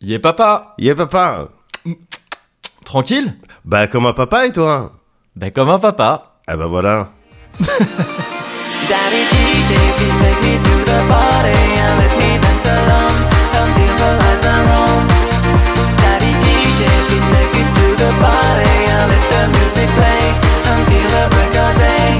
Yé papa. Yeah papa. Tranquille? Bah comme un papa et toi? Ben comme un papa. Ah bah voilà. Daddy DJ, please take me to the party and let me dance alone until the lights are on. Daddy DJ, please take me to the party and let the music play until the break of day.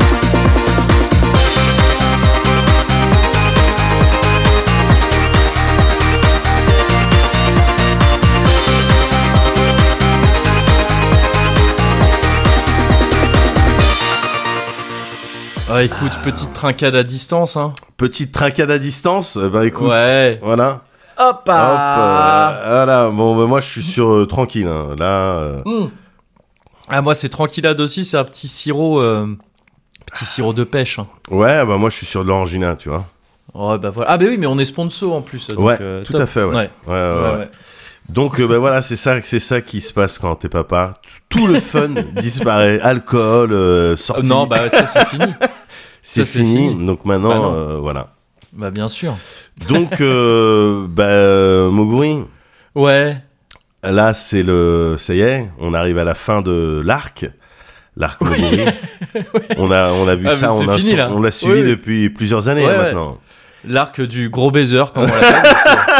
Ah, écoute, petite trincade à distance, hein. Petite trincade à distance. Bah écoute. Ouais. Voilà. Hop, Voilà. Bon bah, moi je suis sur tranquille. Hein. Là. Ah, moi, c'est tranquillade aussi, c'est un petit sirop de pêche. Hein. Ouais bah moi je suis sur de l'orangina, tu vois. Oh, bah voilà. Ah, bah oui, mais on est sponsor en plus. Donc, Ouais, tout top. à fait. Ouais. Ouais. Donc bah voilà, c'est ça qui se passe quand t'es papa. Tout le fun disparaît, alcool, sortie. Non, bah ça, c'est fini. c'est ça, c'est fini. fini. Donc maintenant, Bah voilà. Bah bien sûr. Donc Moguri, Ouais. là ça y est, on arrive à la fin de l'arc Moguri. On a vu Ah, ça, mais c'est fini, là. on l'a suivi Oui. depuis plusieurs années Ouais, maintenant. L'arc du gros baiser, comme on l'appelle.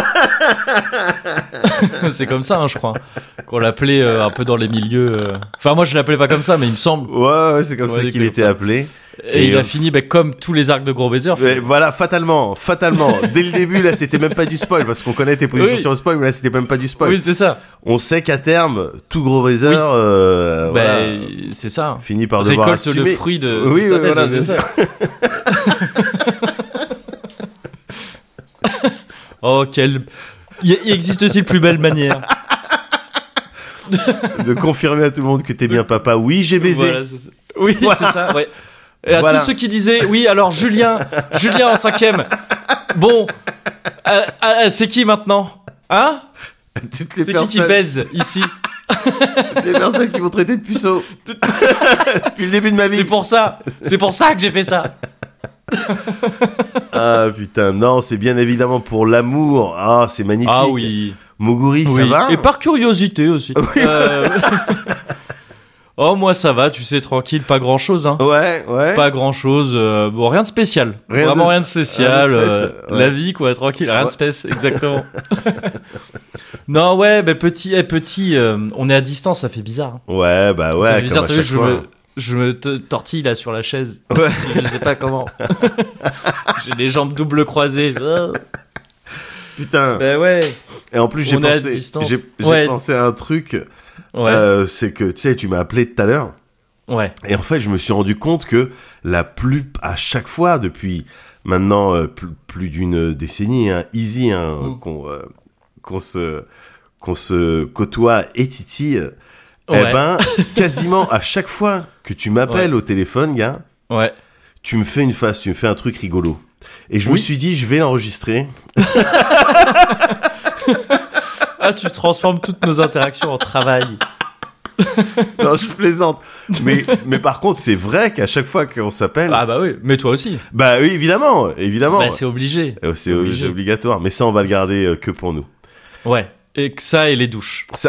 C'est comme ça, hein, je crois. Qu'on l'appelait un peu dans les milieux. Enfin, moi, je l'appelais pas comme ça, mais il me semble. Ouais, c'est comme ça qu'il comme était ça. appelé. Et il a fini comme tous les arcs de gros baiser. Mais voilà, fatalement. Dès le début, là, c'était même pas du spoil, parce qu'on connaît tes positions Oui. sur le spoil, mais là, c'était même pas du spoil. Oui, c'est ça. On sait qu'à terme, tout gros baiser, Oui. voilà, C'est ça. finit par devoir Récolte assumer. le fruit de Oui, sa oui, thèse, voilà, c'est c'est ça. Oh, il existe aussi de plus belle manière. De confirmer à tout le monde que t'es bien papa. Oui, j'ai baisé. Voilà, c'est ça. Oui, Voilà. c'est ça, ouais. Et à Voilà. tous ceux qui disaient, oui, alors Julien en 5e. Bon, c'est qui maintenant? Hein? Toutes les C'est qui personnes, baise ici? les personnes qui vont traiter de puceau. Depuis le début de ma vie. C'est pour ça que j'ai fait ça. Ah putain, non, c'est bien évidemment pour l'amour. Ah, c'est magnifique. Ah oui. Moguri, ça Oui. va? Et par curiosité aussi. Oh, moi ça va, tu sais, tranquille, pas grand chose, hein. Ouais. Pas grand chose, bon, rien de spécial. Rien Vraiment de- rien de spécial. rien de spécial, ouais. La vie, quoi, tranquille, rien de spécial, exactement. Non, ouais, bah, petit, on est à distance, ça fait bizarre. Hein. Ouais, bah Ça ouais, fait comme bizarre, à t'as vu, chaque fois. je me tortille là sur la chaise. Ouais. Je sais pas comment. J'ai les jambes double croisées. Oh. Putain. Bah ouais. Et en plus, j'ai On est à pensé, distance. j'ai Ouais. pensé à un truc. Ouais. C'est que, tu sais, tu m'as appelé tout à l'heure. Ouais. Et en fait, je me suis rendu compte que à chaque fois, depuis maintenant plus d'une décennie, hein, easy, hein, qu'on se côtoie et titille, Ouais. eh ben, quasiment à chaque fois que tu m'appelles au téléphone, gars, Ouais. tu me fais une face, tu me fais un truc rigolo. Et je me suis dit, je vais l'enregistrer. Ah, tu transformes toutes nos interactions en travail. Non, je plaisante. Mais par contre, c'est vrai qu'à chaque fois qu'on s'appelle, Ah bah oui, mais toi aussi. bah oui, évidemment. Bah, c'est obligé. C'est obligé. obligatoire. Mais ça, on va le garder que pour nous. Ouais. Et que ça et les douches. Ça-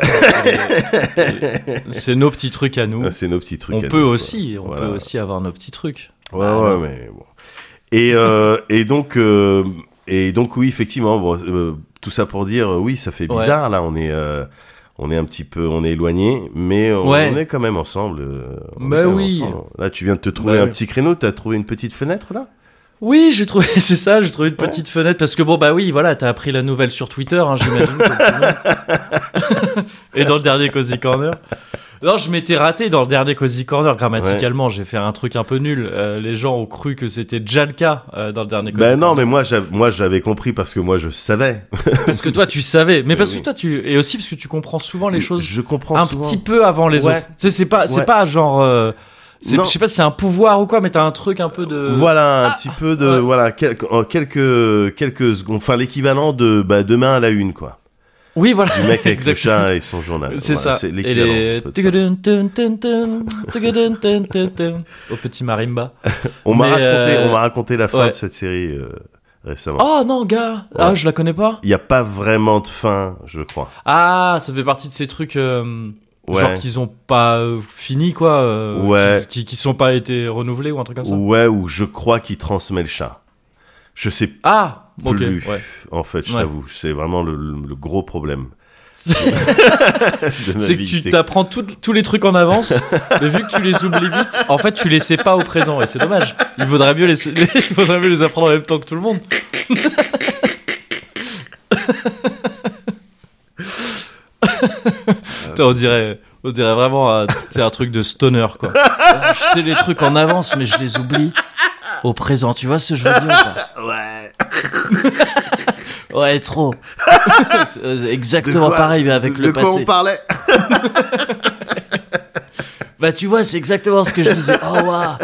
C'est nos petits trucs à nous. C'est nos petits trucs. On à peut nous, quoi. aussi, Voilà. peut aussi avoir nos petits trucs. Ouais, Ah, ouais, non. mais bon. Et donc, oui, effectivement, bon, tout ça pour dire, oui, ça fait bizarre. Là, on est un petit peu, on est éloigné, mais on est quand même ensemble. Bah oui. Là, tu viens de te trouver Bah un oui. petit créneau. T'as trouvé une petite fenêtre là? Oui, j'ai trouvé, c'est ça, j'ai trouvé une petite fenêtre parce que bon bah oui, voilà, t'as appris la nouvelle sur Twitter, hein, j'imagine. Comme tout le monde. Et dans le dernier Cozy Corner. Non, je m'étais raté dans le dernier Cozy Corner grammaticalement, j'ai fait un truc un peu nul. Les gens ont cru que c'était déjà le cas dans le dernier Cozy Ben non, Corner. mais moi j'avais compris parce que moi je savais. Parce que toi tu savais, mais parce Oui. que toi et aussi parce que tu comprends souvent les choses Je comprends un souvent. petit peu avant les Ouais. autres. Tu sais, c'est pas genre je Non. sais pas si c'est un pouvoir ou quoi, mais t'as un truc un peu de Voilà, un petit peu de ouais. voilà quelques secondes, enfin l'équivalent de demain à la une quoi. Oui, voilà. Du mec avec le Exactement. chat et son journal. C'est Voilà, ça. C'est Et l'équivalent. les... un peu de ça. Au petit marimba. On m'a Mais, raconté la fin ouais. de cette série récemment. Oh non, gars. Ouais. Ah, je la connais pas. Il y a pas vraiment de fin, je crois. Ah, ça fait partie de ces trucs Ouais. genre qu'ils ont pas fini quoi. Ouais. Qui sont pas été renouvelés ou un truc comme ça. Ouais, ou je crois qu'il transmet le chat. Je sais Ah, ok. plus. Ouais. En fait, je Ouais. t'avoue, c'est vraiment le gros problème C'est de ma c'est que vie. tu t'apprends tous les trucs en avance, mais vu que tu les oublies vite, en fait, tu les sais pas au présent et c'est dommage. Il vaudrait mieux il vaudrait mieux les apprendre en même temps que tout le monde. Putain, on dirait vraiment c'est un truc de stoner quoi. Je sais les trucs en avance, mais je les oublie au présent. Tu vois ce que je veux dire quoi. Ouais. Ouais, trop. C'est exactement De quoi- pareil, mais avec de le quoi passé. on parlait? Bah, tu vois, c'est exactement ce que je disais. Oh, waouh.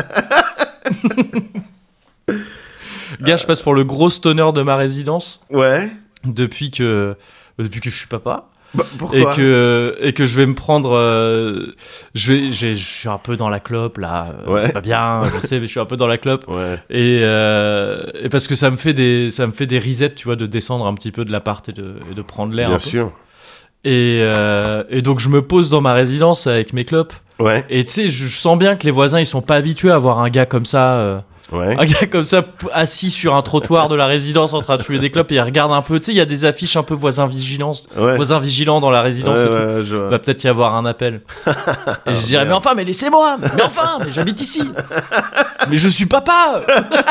Gars, je passe pour le gros stoner de ma résidence Ouais. depuis que je suis papa. Bah, pourquoi? Et que je vais me prendre je suis un peu dans la clope là. Ouais. C'est pas bien, je sais, mais je suis un peu dans la clope. Ouais. Et parce que ça me fait des resets, tu vois, de descendre un petit peu de l'appart et de prendre l'air un Bien peu. sûr. Et donc je me pose dans ma résidence avec mes clopes. Ouais. Et tu sais, je sens bien que les voisins, ils sont pas habitués à voir un gars comme ça, Ouais. un gars comme ça assis sur un trottoir de la résidence en train de fumer des clopes et il regarde un peu. Tu sais, il y a des affiches un peu voisins vigilants dans la résidence Ouais, et tout. ouais, je vois. Il va peut-être y avoir un appel. Et je dirais, merde. mais laissez-moi, mais j'habite ici. Mais je suis papa.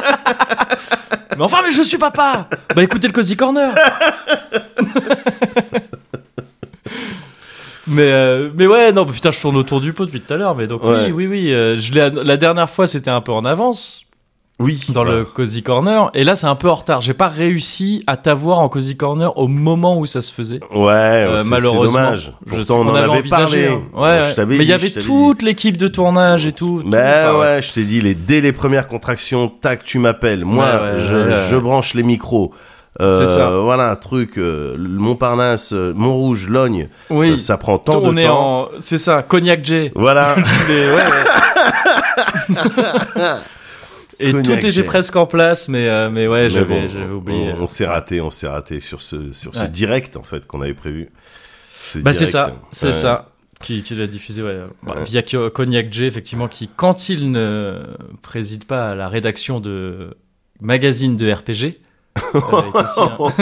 mais je suis papa. Bah écoutez le Cozy Corner. Mais ouais, non, putain, je tourne autour du pot depuis tout à l'heure. Mais donc Ouais. oui, la dernière fois, c'était un peu en avance Oui. dans Ouais. le Cozy Corner. Et là, c'est un peu en retard. J'ai pas réussi à t'avoir en Cozy Corner au moment où ça se faisait. Ouais, c'est Malheureusement. dommage. Pourtant, on en avait avait envisagé, parlé. hein. Ouais, Je t'avais mais il dit, y avait je t'avais toute l'équipe de tournage et tout. dit. Bah Enfin, ouais, je t'ai dit, dès les premières contractions, tac, tu m'appelles. Moi, Ouais, je branche les micros. C'est ça. Voilà, un truc, Montparnasse, Montrouge, Logne. Oui. Ça prend tant On de est temps. c'est ça, Cognac J. Voilà. Et Cognac tout était J. presque en place, mais ouais, Mais j'avais bon, oublié. On s'est raté sur ce Ouais. direct, en fait, qu'on avait prévu. Ce Bah c'est direct. ça, c'est Ouais. ça. Qui l'a diffusé Ouais. via Cognac J, effectivement, qui, quand il ne préside pas à la rédaction de magazine de RPG, est aussi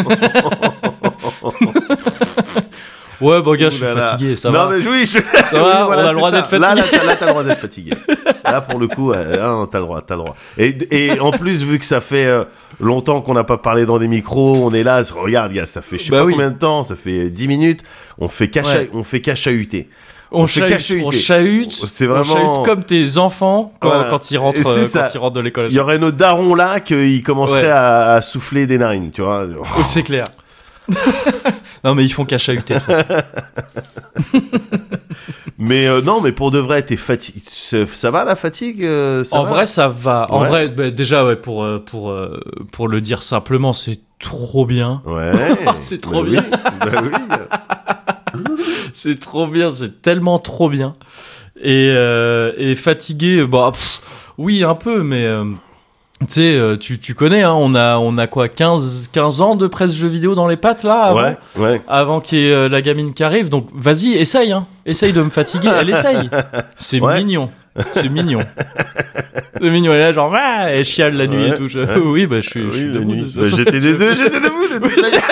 ouais, bon, gars, je suis Ouh là là. fatigué, ça Non, va. mais oui, Ça oui, va, voilà, on a le c'est droit ça. d'être fatigué. Là, t'as le droit d'être fatigué. Là, pour le coup, non, t'as le droit. Et en plus, vu que ça fait longtemps qu'on n'a pas parlé dans des micros, on est là, regarde, gars, ça fait je sais Bah pas oui. combien de temps, ça fait 10 minutes, on fait qu'achahuter. On fait chahute, C'est on vraiment- chahute comme tes enfants Voilà. quand ils rentrent, Et c'est ça. quand ils rentrent de l'école. Il y aurait nos darons là qui commenceraient Ouais. à souffler des narines, tu vois. Oh, c'est clair. Non, mais ils font qu'à chahuter. de toute façon. Mais non, mais pour de vrai, t'es fatigué. Ça va la fatigue ça En va vrai, ça va. En Ouais. vrai, bah, déjà, ouais, pour le dire simplement, c'est trop bien. Ouais. C'est trop Bah bien. Oui. Bah oui. C'est trop bien, c'est tellement trop bien. Et fatigué, bah, oui, un peu, mais tu sais, tu connais, hein, on a quoi, 15 ans de presse jeux vidéo dans les pattes là avant, Ouais. avant qu'il y ait la gamine qui arrive. Donc vas-y, essaye, hein. Essaye de me fatiguer. Elle essaye. C'est Ouais. mignon. C'est mignon. C'est mignon. Elle est là, genre, ah, elle chiale la nuit Ouais. et tout. Oui, bah, je suis la debout. nuit. de toute Bah, façon. j'étais debout de toute manière.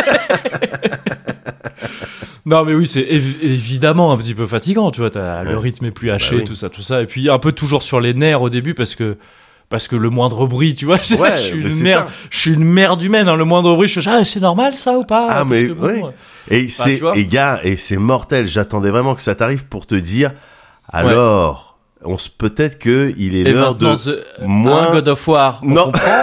Non, mais oui, c'est évidemment un petit peu fatigant, tu vois. Le rythme est plus haché, oui. tout ça. Et puis un peu toujours sur les nerfs au début parce que le moindre bruit, tu vois, Ouais, je suis mais une c'est merde. ça. Je suis une merde humaine, hein, le moindre bruit, je suis c'est normal ça ou pas? Ah, Parce mais que bon, ouais. Et tu vois. gars, et c'est mortel. J'attendais vraiment que ça t'arrive pour te dire. Alors, peut-être que il est Et l'heure de maintenant, moins. un God of War. on Non. comprend.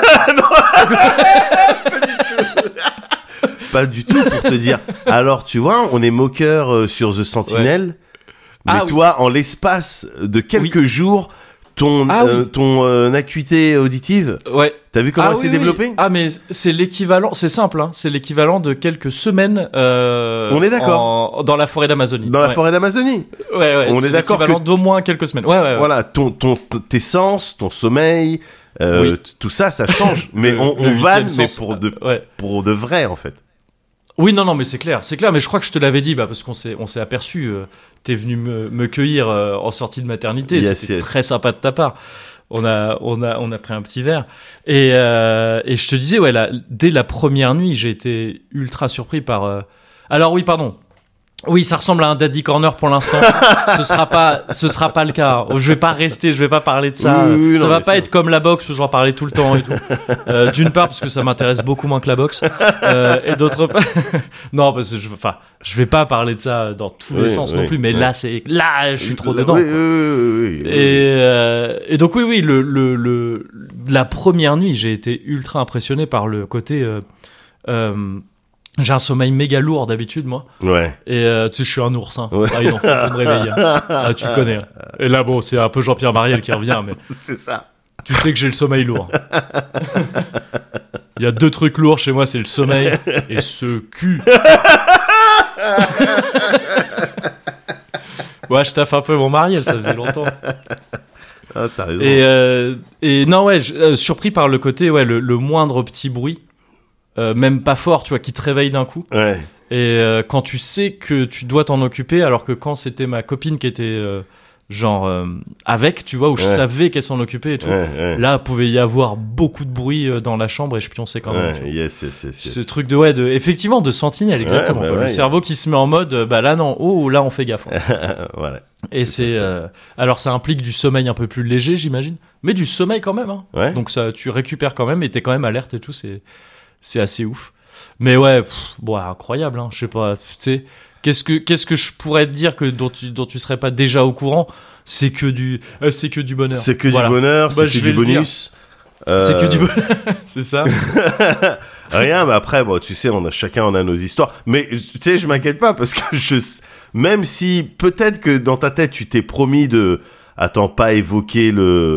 Pas du tout pour te dire. Alors, tu vois, on est moqueur sur The Sentinel, mais Ah, oui. toi, en l'espace de quelques jours, ton Ah, oui. ton acuité auditive, Ouais. t'as vu comment Ah, elle s'est oui, oui. développée? Ah, mais c'est l'équivalent, c'est simple, hein, c'est l'équivalent de quelques semaines. On est d'accord. Dans la forêt d'Amazonie. Dans la Ouais. forêt d'Amazonie. Ouais, On c'est est d'accord l'équivalent que- d'au moins quelques semaines. Ouais. Voilà, tes sens, ton sommeil, Oui. Tout ça change. Mais Le on huitième vanne, mais sens, pour de vrai, en fait. Oui, non, mais c'est clair, mais je crois que je te l'avais dit, parce qu'on s'est aperçu, t'es venu me cueillir en sortie de maternité, Yes, c'était yes. très sympa de ta part. On a pris un petit verre. Et je te disais, ouais, dès la première nuit, j'ai été ultra surpris par, alors oui, pardon. Oui, ça ressemble à un daddy corner pour l'instant. ce sera pas le cas. Je vais pas parler de ça. Oui, Ça non, va bien pas sûr. être comme la boxe où j'en parlais tout le temps et tout. D'une part parce que ça m'intéresse beaucoup moins que la boxe, et d'autre part, non, parce que je vais pas parler de ça dans tous les sens non plus. Mais là, je suis trop dedans. Oui. Et donc oui, la première nuit, j'ai été ultra impressionné par le côté. J'ai un sommeil méga lourd d'habitude, moi. Ouais. Et tu sais, je suis un ours. Hein. Ouais. Ah, il en faut pour me réveiller. Hein. Ah, tu connais. Hein. Et là, bon, c'est un peu Jean-Pierre Mariel qui revient, mais C'est ça. tu sais que j'ai le sommeil lourd. Il y a 2 trucs lourds chez moi, c'est le sommeil et ce cul. Ouais, je taffe un peu mon Mariel, ça faisait longtemps. Ah, t'as raison. Et non, ouais, surpris par le côté, ouais, le moindre petit bruit, même pas fort, tu vois, qui te réveille d'un coup. Ouais. Et quand tu sais que tu dois t'en occuper, alors que quand c'était ma copine qui était avec, tu vois, où je savais qu'elle s'en occupait et tout, Ouais. là, pouvait y avoir beaucoup de bruit dans la chambre et je pionçais quand même. tu vois. Yes. Ce truc effectivement, de sentinelle, exactement. bah quoi. ouais, Le cerveau qui se met en mode, là non, là on fait gaffe. Hein. Voilà. Et c'est, alors ça implique du sommeil un peu plus léger, j'imagine, mais du sommeil quand même. Hein. Ouais. Donc ça, tu récupères quand même et t'es quand même alerte et tout, c'est assez ouf. Mais ouais, incroyable, hein, je sais pas, tu sais, qu'est-ce que je pourrais te dire dont tu serais pas déjà au courant? C'est que du bonheur. C'est que Voilà. du bonheur, c'est je que vais du le dire. bonus. C'est que du bonheur, c'est ça. Rien, mais après, bon, tu sais, chacun on a nos histoires. Mais tu sais, je m'inquiète pas parce que même si peut-être que dans ta tête tu t'es promis pas évoquer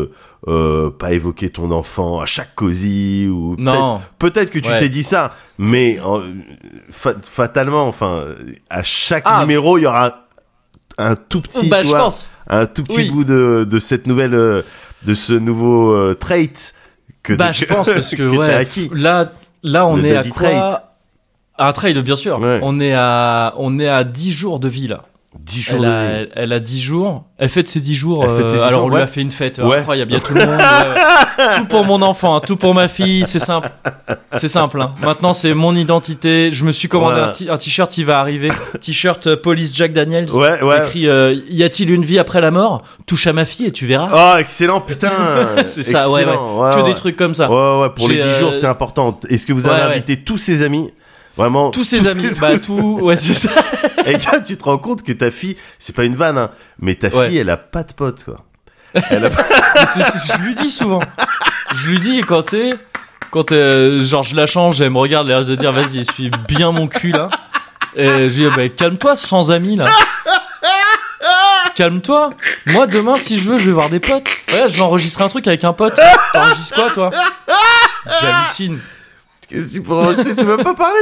ton enfant à chaque cosy ou Non. peut-être que tu Ouais. t'es dit ça, mais fatalement, enfin, à chaque Ah. numéro il y aura un tout petit, tu Je vois, pense. un tout petit Oui. bout de cette nouvelle, de ce nouveau trait que Je pense parce que que t'as ouais, acquis. là on Le est à daddy quoi? trait. Un trade, bien sûr. Ouais. On est à 10 jours de vie là. 10 jours de vie. Elle a 10 jours. Elle fête ses 10 jours. Elle fête ses 10 alors jours, on lui ouais. a fait une fête Ouais. incroyable. Il y a tout le monde. Ouais. Tout pour mon enfant, hein, tout pour ma fille. C'est simple. C'est simple. Hein. Maintenant c'est mon identité. Je me suis commandé Voilà. un t-shirt. Il va arriver. T-shirt Police Jack Daniels. Ouais. Écrit y a-t-il une vie après la mort? Touche à ma fille et tu verras. Oh, excellent, putain. C'est ça. Ouais. Excellent. Ouais, Que ouais. des trucs comme ça. Ouais, pour les J'ai, 10 jours, c'est important. Est-ce que vous avez ouais, ouais. invité tous ses amis? Vraiment. Tous ses amis. Tout. Ouais, c'est ça. Et quand tu te rends compte que ta fille, c'est pas une vanne, hein, mais ta Ouais. fille, elle a pas de potes, quoi. Elle a pas... Mais je lui dis souvent. Je lui dis quand genre je la change, elle me regarde, l'air de dire vas-y, essuie bien mon cul là. Et je lui dis calme-toi sans amis là. Calme-toi. Moi demain si je veux, je vais voir des potes. Ouais, je vais enregistrer un truc avec un pote. T'enregistres quoi toi? J'hallucine. Qu'est-ce que tu pourrais enregistrer? Tu veux même pas parler,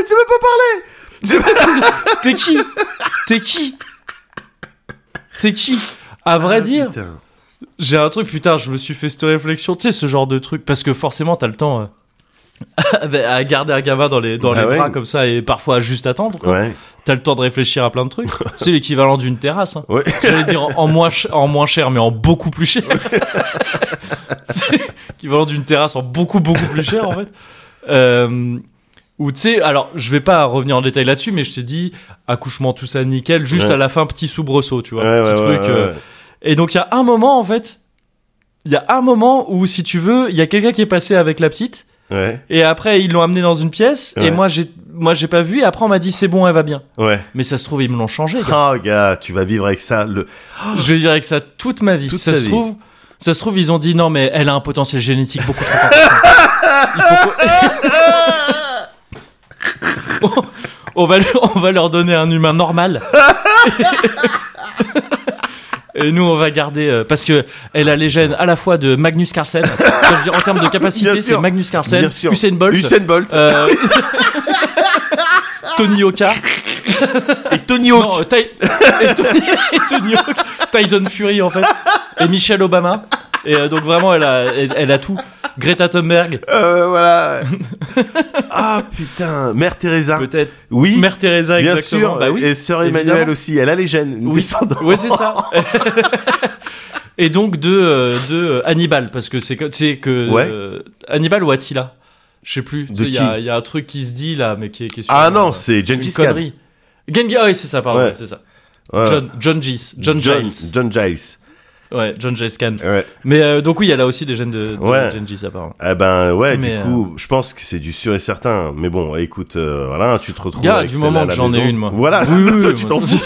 T'es qui? T'es qui? À vrai dire, Putain. j'ai un truc, putain, je me suis fait cette réflexion, tu sais, ce genre de truc, parce que forcément, t'as le temps à garder un gamin dans les Bah ouais. bras comme ça et parfois à juste attendre. Quoi. Ouais. T'as le temps de réfléchir à plein de trucs. C'est l'équivalent d'une terrasse. Hein. Ouais. J'allais dire en moins cher, mais en beaucoup plus cher. C'est l'équivalent d'une terrasse en beaucoup plus cher en fait. Ou tu sais, alors je vais pas revenir en détail là-dessus, mais je t'ai dit accouchement tout ça nickel, juste Ouais. à la fin petit soubresaut, tu vois, Ouais, petit ouais, truc. ouais. Et donc il y a un moment en fait, où si tu veux, il y a quelqu'un qui est passé avec la petite. Ouais. Et après, ils l'ont amené dans une pièce. Ouais. Et moi, j'ai pas vu. Et après, on m'a dit, c'est bon, elle va bien. Ouais. Mais ça se trouve, ils me l'ont changé. Gars. Oh, gars, tu vas vivre avec ça. Je vais vivre avec ça toute ma vie. Toute Ça ta se vie. trouve, ils ont dit, non, mais elle a un potentiel génétique beaucoup trop important. Il faut on va leur donner un humain normal. Et nous, on va garder parce que elle a les gènes à la fois de Magnus Carlsen. Je veux dire, en termes de capacité, Bien sûr. c'est Magnus Carlsen, Bien sûr. Usain Bolt, Usain Bolt Tony Oka. et Tony Hawk. Non, et Tony Hawk, Tyson Fury en fait, et Michelle Obama. Et donc vraiment, elle a tout. Greta Thunberg, Voilà. Ah putain, Mère Teresa. peut-être. Oui. Mère Teresa, Bien exactement. sûr. Bah oui. Et Sœur Emmanuelle évidemment. aussi. Elle a les gènes. Une Oui. descendante. Ouais, c'est ça. Et donc de Hannibal, parce que c'est que Ouais. Hannibal ou Attila, je sais plus. Tu sais, De il y qui a un truc qui se dit là, mais qui est sur Ah non, c'est une Gengis Khan. connerie. Ah oui, c'est ça, pardon, Ouais. c'est ça. Ouais. John Giles. John Giles. Ouais, John Giles Khan. Ouais. Mais donc oui, elle a aussi des gènes de Ouais. Gengis apparemment. Eh ben ouais, Mais, du coup, je pense que c'est du sûr et certain. Mais bon, écoute, voilà, tu te retrouves Gars, avec du celle-là moment à que la j'en ai maison. une, moi. Voilà, Oui, oui, toi oui, tu moi, t'en fous.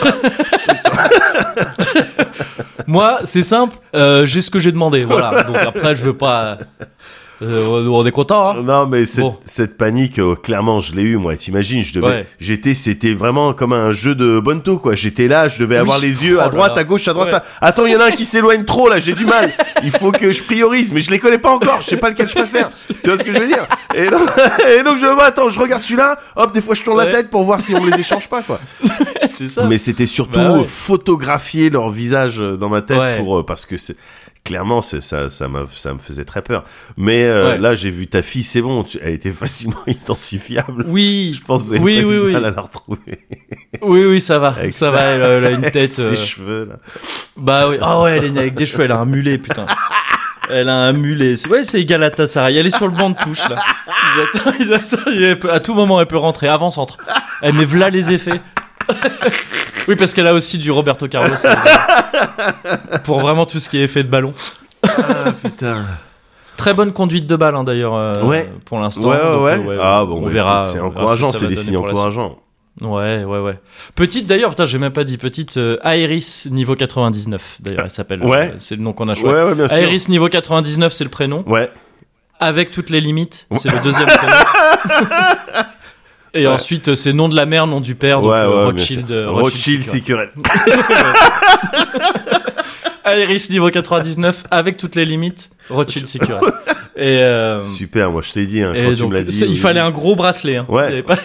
Moi, c'est simple, j'ai ce que j'ai demandé, voilà. Donc après, je veux pas. On est content, hein. Non, mais Bon. cette panique, clairement, je l'ai eu, moi. T'imagines, Ouais. c'était vraiment comme un jeu de Bonto, quoi. J'étais là, je devais avoir les yeux Oh à là droite, là. à gauche, à droite. Ouais. Attends, il y en a un qui s'éloigne trop, là, j'ai du mal. Il faut que je priorise, mais je les connais pas encore, je sais pas lequel je préfère. Tu vois ce que je veux dire? Et donc attends, je regarde celui-là, hop, des fois je tourne la Ouais. tête pour voir si on me les échange pas, quoi. C'est ça. Mais c'était surtout Bah ouais. photographier leur visage dans ma tête Ouais. parce que c'est clairement ça me faisait très peur. Mais Ouais. là j'ai vu ta fille, c'est bon, elle était facilement identifiable. Oui. Je pense que vous avez Oui, pas oui, eu oui. mal à la retrouver Oui, ça va. avec Ça va, elle a une avec tête. ses cheveux là. Bah oui. Ah ouais, elle est avec des cheveux, elle a un mulet, putain. Elle a un mulet. Ouais, c'est Galatasaray. Elle est sur le banc de touche, là. Ils attendent, à tout moment, elle peut rentrer. Avant-centre. Elle met v'là les effets. Oui, parce qu'elle a aussi du Roberto Carlos. Pour vraiment tout ce qui est effet de ballon. Ah putain. Très bonne conduite de balle, hein, d'ailleurs, Ouais. pour l'instant. Ouais. Donc, Ah bon, on bah, verra. écoute, c'est on verra encourageant, ce que ça c'est va des donner signes pour la suite. encourageants. Ouais. Petite d'ailleurs, putain, j'ai même pas dit. Petite Aéris niveau 99, d'ailleurs, elle s'appelle. Ouais. C'est le nom qu'on a choisi. Ouais, bien sûr. Aéris niveau 99, c'est le prénom. Ouais. Avec toutes les limites, c'est le deuxième prénom. Et ensuite, c'est nom de la mère, nom du père, donc Bien Rothschild. sûr. Rothschild Sicurel. Aéris niveau 99, avec toutes les limites, Rothschild Secure. Et, Super, moi je t'ai dit, hein, et quand tu donc, me l'as dit. il fallait un gros bracelet. Hein. Ouais. Il y avait pas-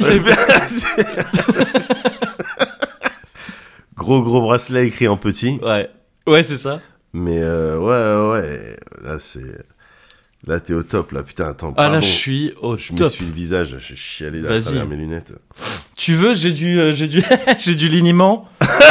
Gros bracelet écrit en petit. Ouais, c'est ça. Mais ouais. Là, t'es au top, là. Putain, attends. Ah là, pardon. je suis au Je top. m'essuie le visage. Je chialé à Vas-y. travers mes lunettes. Tu veux, j'ai du liniment.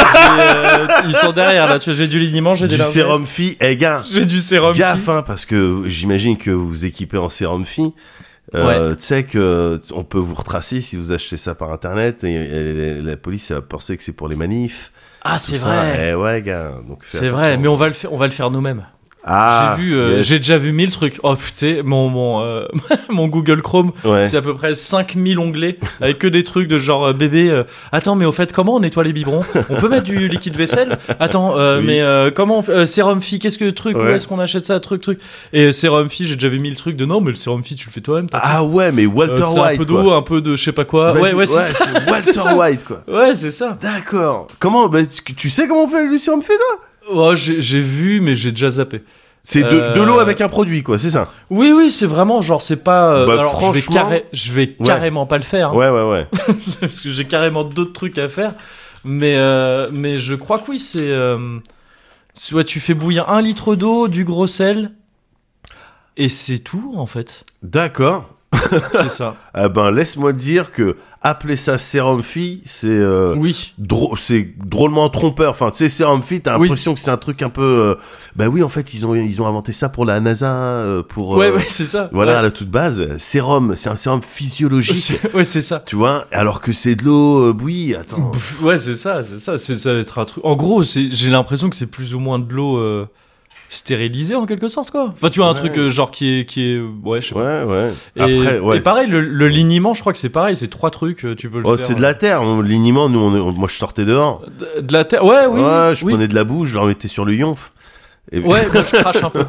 Ils sont derrière là. Tu vois, j'ai du liniment, j'ai des Du larmes. sérum fille. Eh, gars. J'ai du sérum. Gaffe, hein, parce que j'imagine que vous vous équipez en sérum fille. Tu sais que on peut vous retracer si vous achetez ça par internet et la police elle va penser que c'est pour les manifs. Ah, tout c'est ça. vrai. Eh ouais, gars. Donc fais C'est attention. vrai, mais on va le faire nous-mêmes. Ah, J'ai vu, yes. j'ai déjà vu 1000 trucs. Oh putain, mon Google Chrome, Ouais. c'est à peu près 5000 onglets avec que des trucs de genre bébé. Attends, mais au fait, comment on nettoie les biberons? On peut mettre du liquide vaisselle? Attends, Oui. mais comment sérum fille? Qu'est-ce que truc? Où Ouais. est-ce qu'on achète ça? Truc. Et sérum fille, j'ai déjà vu 1000 trucs de non, mais le sérum fille, tu le fais toi-même. Ah ouais, mais Walter c'est White. un peu d'eau, quoi. un peu de je sais pas quoi. Vas-y, Ouais, c'est ça. c'est C'est ça. Walter White, quoi. Ouais, c'est ça. D'accord. Comment bah, tu sais comment on fait le sérum fait, toi? Oh, j'ai vu, mais j'ai déjà zappé. C'est de l'eau avec un produit, quoi, c'est ça? Oui, c'est vraiment genre c'est pas. Bah, alors franchement, je vais carrément pas le faire. Hein. Ouais. Parce que j'ai carrément d'autres trucs à faire. Mais je crois que oui, c'est. Soit tu fais bouillir 1 litre d'eau, du gros sel, et c'est tout en fait. D'accord. C'est ça. Ah ben, laisse-moi te dire que appeler ça sérum fille, c'est Oui. c'est drôlement trompeur. Enfin, tu sais, sérum fille, t'as Oui. l'impression que c'est un truc un peu. Bah oui, en fait, ils ont inventé ça pour la NASA, pour. Ouais, c'est ça. Voilà, à Ouais. la toute base, sérum, c'est un sérum physiologique. Ouais, c'est ça. Tu vois, alors que c'est de l'eau bouillie. Attends. Ouais, c'est ça. Ça va être un truc. En gros, j'ai l'impression que c'est plus ou moins de l'eau stérilisée en quelque sorte, quoi. Enfin, tu vois, un Ouais. truc genre qui est. Ouais, je sais pas. Ouais. Et, Après, ouais. et pareil, le liniment, je crois que c'est pareil, c'est 3 trucs, tu peux le Oh, faire. c'est de la terre. Liniment, nous, moi, je sortais dehors. De la terre. Ouais, oui. Ouais, je oui. prenais de la boue, je leur mettais sur le yonf. Et, Ouais, moi je crache un peu.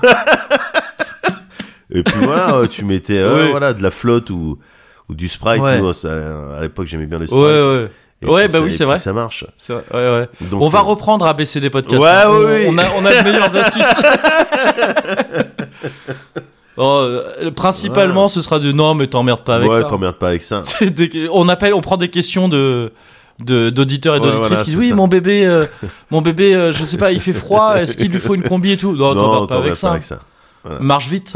et puis voilà, tu mettais Ouais. voilà, de la flotte ou du Sprite. Ouais. Nous, à l'époque, j'aimais bien les Sprite. Ouais. Et Ouais, puis bah ça- oui, et c'est puis vrai. ça marche. C'est vrai, ouais. Donc, On va reprendre ABCD Podcast. Ouais, hein. oui. On a de meilleures astuces. Principalement, ce sera de non, mais t'emmerdes pas avec ouais, ça. t'emmerdes pas avec ça. On prend des questions d'auditeurs et Ouais, d'auditrices voilà, qui c'est disent oui, ça. mon bébé, je sais pas, il fait froid, est-ce qu'il lui faut une combi et tout? Non, Non, t'emmerdes pas avec ça. ça. Voilà. Marche vite.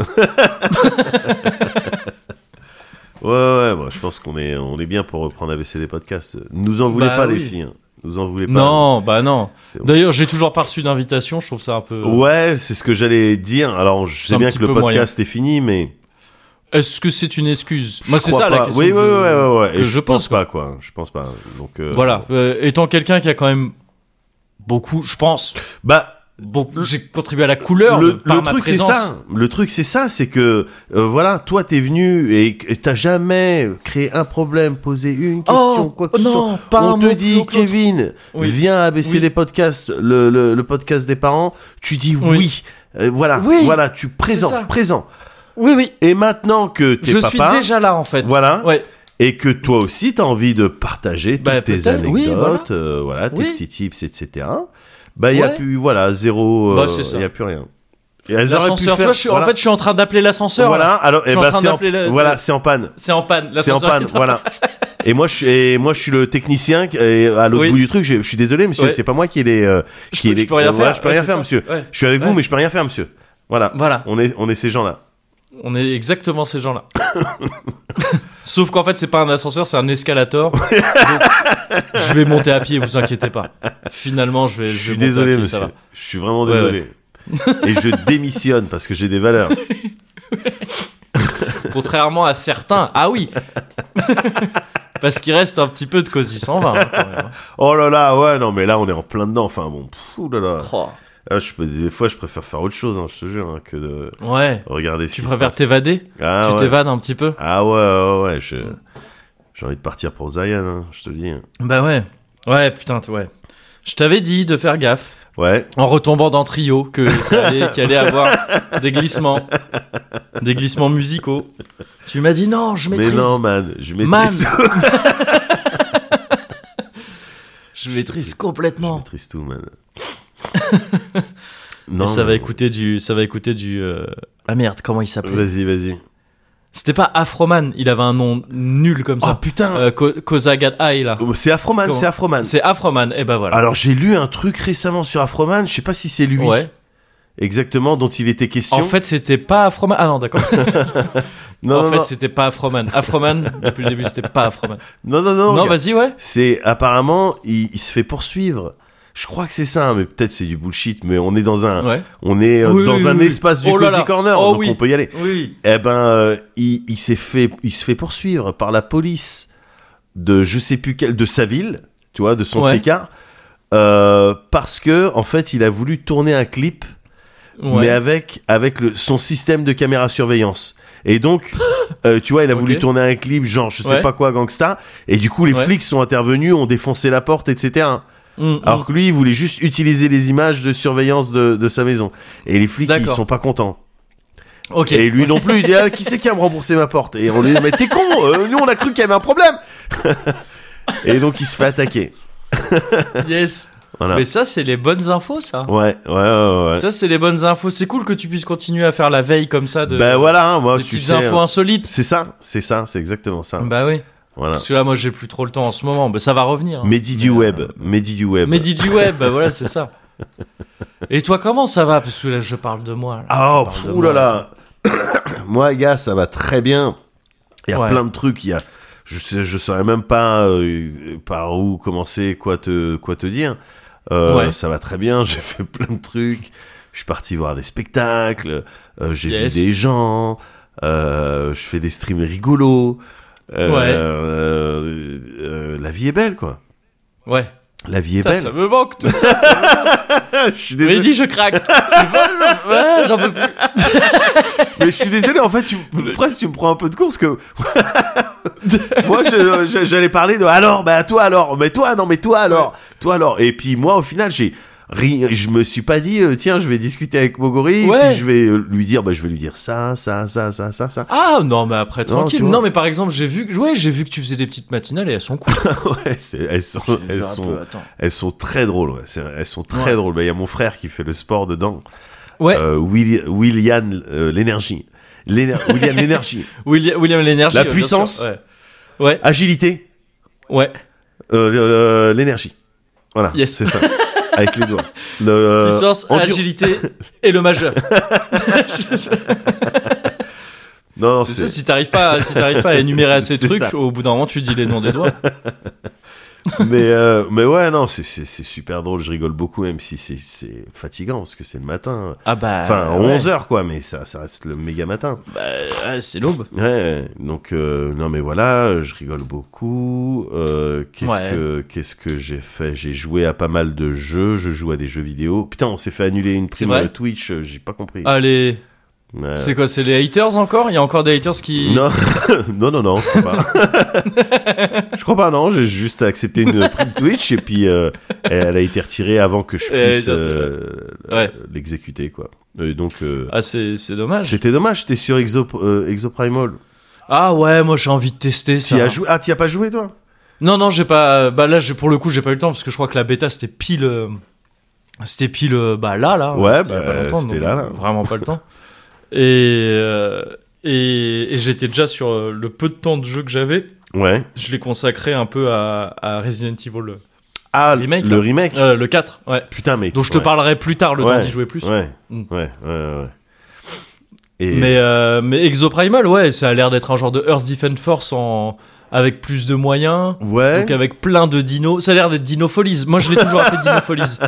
Ouais, bon, je pense qu'on est bien pour reprendre ABCD Podcast. Nous en voulez Bah pas, oui. les filles. Hein. Nous en voulez pas. Non, bah non. C'est bon. D'ailleurs, j'ai toujours pas reçu d'invitation. Je trouve ça un peu. Ouais, c'est ce que j'allais dire. Alors, je C'est sais un bien petit que le peu podcast est fini, mais. Est-ce que c'est une excuse? Moi, c'est je crois ça la pas. question. Oui, que ouais. que Et je je pense pose, pas, quoi. Je pense pas. Donc. Voilà. Étant quelqu'un qui a quand même beaucoup, je pense, Bah. j'ai contribué à la couleur par ma truc c'est présence. ça. Le truc c'est ça, c'est que voilà, toi t'es venu et t'as jamais créé un problème, posé une question, quoi que ce soit. non, pas On un te mot dit, plus que l'autre. Kevin, Oui. viens à ABCD Podcast, le podcast des parents. Tu dis Oui. oui. Voilà, Oui. voilà, tu ça. présent. Oui. Et maintenant que t'es Je papa, suis déjà là en fait. voilà, Ouais. et que toi aussi t'as envie de partager toutes Bah, tes peut-être, oui, anecdotes, voilà, tes Oui. petits tips, etc. Bah il y a Ouais. plus, voilà, zéro, Bah, c'est ça. il y a plus rien. Et elles auraient pu L'ascenseur. Tu faire, vois, je suis, voilà. en fait, je suis en train d'appeler l'ascenseur. Voilà, là. alors, Je suis en train d'appeler le- voilà, c'est en panne. C'est en panne. C'est en L'ascenseur panne, est voilà. Et moi, je suis le technicien, et à l'autre Oui. bout du truc, je suis désolé, monsieur, Ouais. c'est pas moi qui ai les, Je peux rien voilà, faire. je peux rien c'est faire, ça. monsieur. Ouais. Je suis avec vous, Ouais. mais je peux rien faire, monsieur. Voilà. Voilà. On est ces gens-là. On est exactement ces gens-là. Sauf qu'en fait, c'est pas un ascenseur, c'est un escalator. Donc, je vais monter à pied, vous inquiétez pas. Finalement, je vais. Je suis monter à désolé, pied, ça monsieur. va. Je suis vraiment Ouais, désolé. Et je démissionne parce que j'ai des valeurs. Contrairement à certains. Ah oui. Parce qu'il reste un petit peu de Cosy 120 hein, quand même. Hein. Oh là là, ouais, non, mais là, on est en plein dedans. Enfin, bon, ouh là là. Oh. Ah, des fois, je préfère faire autre chose, hein, je te jure, hein, que de Ouais. regarder ce Tu qui se préfères passe. t'évader? Ah, Tu ouais. t'évades un petit peu? Ah ouais, j'ai envie de partir pour Zion, hein, je te le dis. Bah ouais. Ouais, putain, ouais. Je t'avais dit de faire gaffe. Ouais, En retombant dans Trio, qu'il allait avoir des glissements musicaux. Tu m'as dit non, je mais maîtrise. non, man, je Man. maîtrise tout. Je maîtrise Je complètement. maîtrise tout, man. Et ça va mais- écouter du. Ah merde, comment il s'appelait? Vas-y. C'était pas Afroman, il avait un nom nul comme Oh ça. putain, Kozagat Eye là. c'est Afroman, comment c'est Afroman. C'est Afroman, et ben voilà. Alors j'ai lu un truc récemment sur Afroman, je sais pas si c'est lui Ouais. exactement dont il était question. En fait, c'était pas Afroman. Ah non, d'accord. non, en non, fait, non, c'était pas Afroman. Afroman, depuis le début, c'était pas Afroman. non, Non, regarde. vas-y, ouais. C'est apparemment il se fait poursuivre. Je crois que c'est ça, mais peut-être c'est du bullshit. Mais on est dans un, Ouais. on est Oui, dans oui, un oui. espace du Oh là Cozy là. Corner, Oh donc oui. on peut y aller. Oui. Eh ben, il se fait poursuivre par la police de je sais plus quelle, de sa ville, tu vois, de son Ouais. Tchéka, parce que en fait, il a voulu tourner un clip, Ouais. mais avec son système de caméra surveillance. Et donc, tu vois, il a voulu Ok. tourner un clip, genre je sais Ouais. pas quoi, gangsta. Et du coup, les Ouais. flics sont intervenus, ont défoncé la porte, etc. Mm, Alors que lui, il voulait juste utiliser les images de surveillance de sa maison. Et les flics, ils D'accord. sont pas contents. Ok. Et lui non plus, il dit ah, qui c'est qui va me rembourser ma porte? Et on lui dit mais t'es con, nous on a cru qu'il y avait un problème. Et donc il se fait attaquer. Yes. Voilà. Mais ça, c'est les bonnes infos, ça. Ouais. Ça, c'est les bonnes infos. C'est cool que tu puisses continuer à faire la veille comme ça de. Ben voilà, hein, moi des tu petites sais. infos insolites. C'est ça, exactement ça. Bah oui. Voilà. Parce que là, moi, j'ai plus trop le temps en ce moment. Bah, ça va revenir. hein. Mehdi du Mais, web, Mehdi du web. Mehdi du web, bah voilà, c'est ça. Et toi, comment ça va? Parce que là, je parle de moi. là. Ah, Je parle de oulala. moi. Moi, gars, ça va très bien. Il y a Ouais. plein de trucs. Je saurais même pas par où commencer, quoi te dire. Ouais. Ça va très bien. J'ai fait plein de trucs. Je suis parti voir des spectacles. J'ai Yes. vu des gens. Je fais des streams rigolos. La vie est belle, quoi. Ouais. La vie est Ça, belle. ça me manque, tout ça. ça me manque. Je suis désolé. Mehdi, je craque. Ouais, j'en peux plus. Mais je suis désolé, en fait, presque tu me prends un peu de course que. Moi, j'allais parler de alors, bah toi alors, mais toi, non, mais toi alors, toi alors. Et puis moi, au final, je me suis pas dit, tiens, je vais discuter avec Mogori, Ouais. puis je vais lui dire, bah je vais lui dire ça. Ah non, mais après, Non, tranquille. tu vois. Non, mais par exemple, j'ai vu que tu faisais des petites matinales et elles sont cool. Ouais, elles sont très drôles, ouais. Elles sont très Ouais. drôles. Bah, il y a mon frère qui fait le sport dedans. Ouais. William l'énergie. William l'énergie. William l'énergie. La bien puissance. sûr. Ouais. Agilité. Ouais. L'énergie. Voilà, Yes. c'est ça. avec les doigts. Le, Puissance, endur- agilité et le majeur. Non, C'est ça, si t'arrives pas à énumérer assez de C'est trucs, ça. au bout d'un moment, tu dis les noms des doigts. mais ouais, non, c'est super drôle. Je rigole beaucoup, même si c'est fatigant parce que c'est le matin. Ah bah. Enfin, ouais. 11h, quoi, mais ça reste le méga matin. Bah, ouais, c'est l'aube. Ouais, donc, non, mais voilà, je rigole beaucoup. Qu'est-ce que j'ai fait? J'ai joué à pas mal de jeux. Je joue à des jeux vidéo. Putain, on s'est fait annuler une C'est prime vrai Twitch. J'ai pas compris. Allez. Ouais. C'est quoi, c'est les haters encore? Il y a encore des haters qui. Non, non, je crois pas. Je crois pas, non. J'ai juste accepté une prime Twitch et puis elle a été retirée avant que je puisse ouais. l'exécuter, quoi. Et donc, Ah, c'est dommage. c'était dommage. J'étais sur Exoprimal. Ah ouais, moi j'ai envie de tester ça. T'y as joué? Ah, t'y as pas joué, toi? Non, j'ai pas. Bah là, pour le coup, j'ai pas eu le temps parce que je crois que la bêta c'était pile. C'était pile. Bah là. Ouais, C'était il y a pas longtemps, c'était donc, là. Vraiment pas le temps. Et j'étais déjà sur le peu de temps de jeu que j'avais. Ouais. Je l'ai consacré un peu à Resident Evil. Ah, Remake, le là. remake. Le 4, ouais. Putain, mais. Donc je te ouais. parlerai plus tard, le Ouais. temps d'y jouer plus. Ouais. Mm. Ouais. Et... Mais Exoprimal, ouais, ça a l'air d'être un genre de Earth Defense Force avec plus de moyens. Ouais. Donc avec plein de dinos. Ça a l'air d'être Dinofolies. Moi, je l'ai toujours appelé Dinofolies.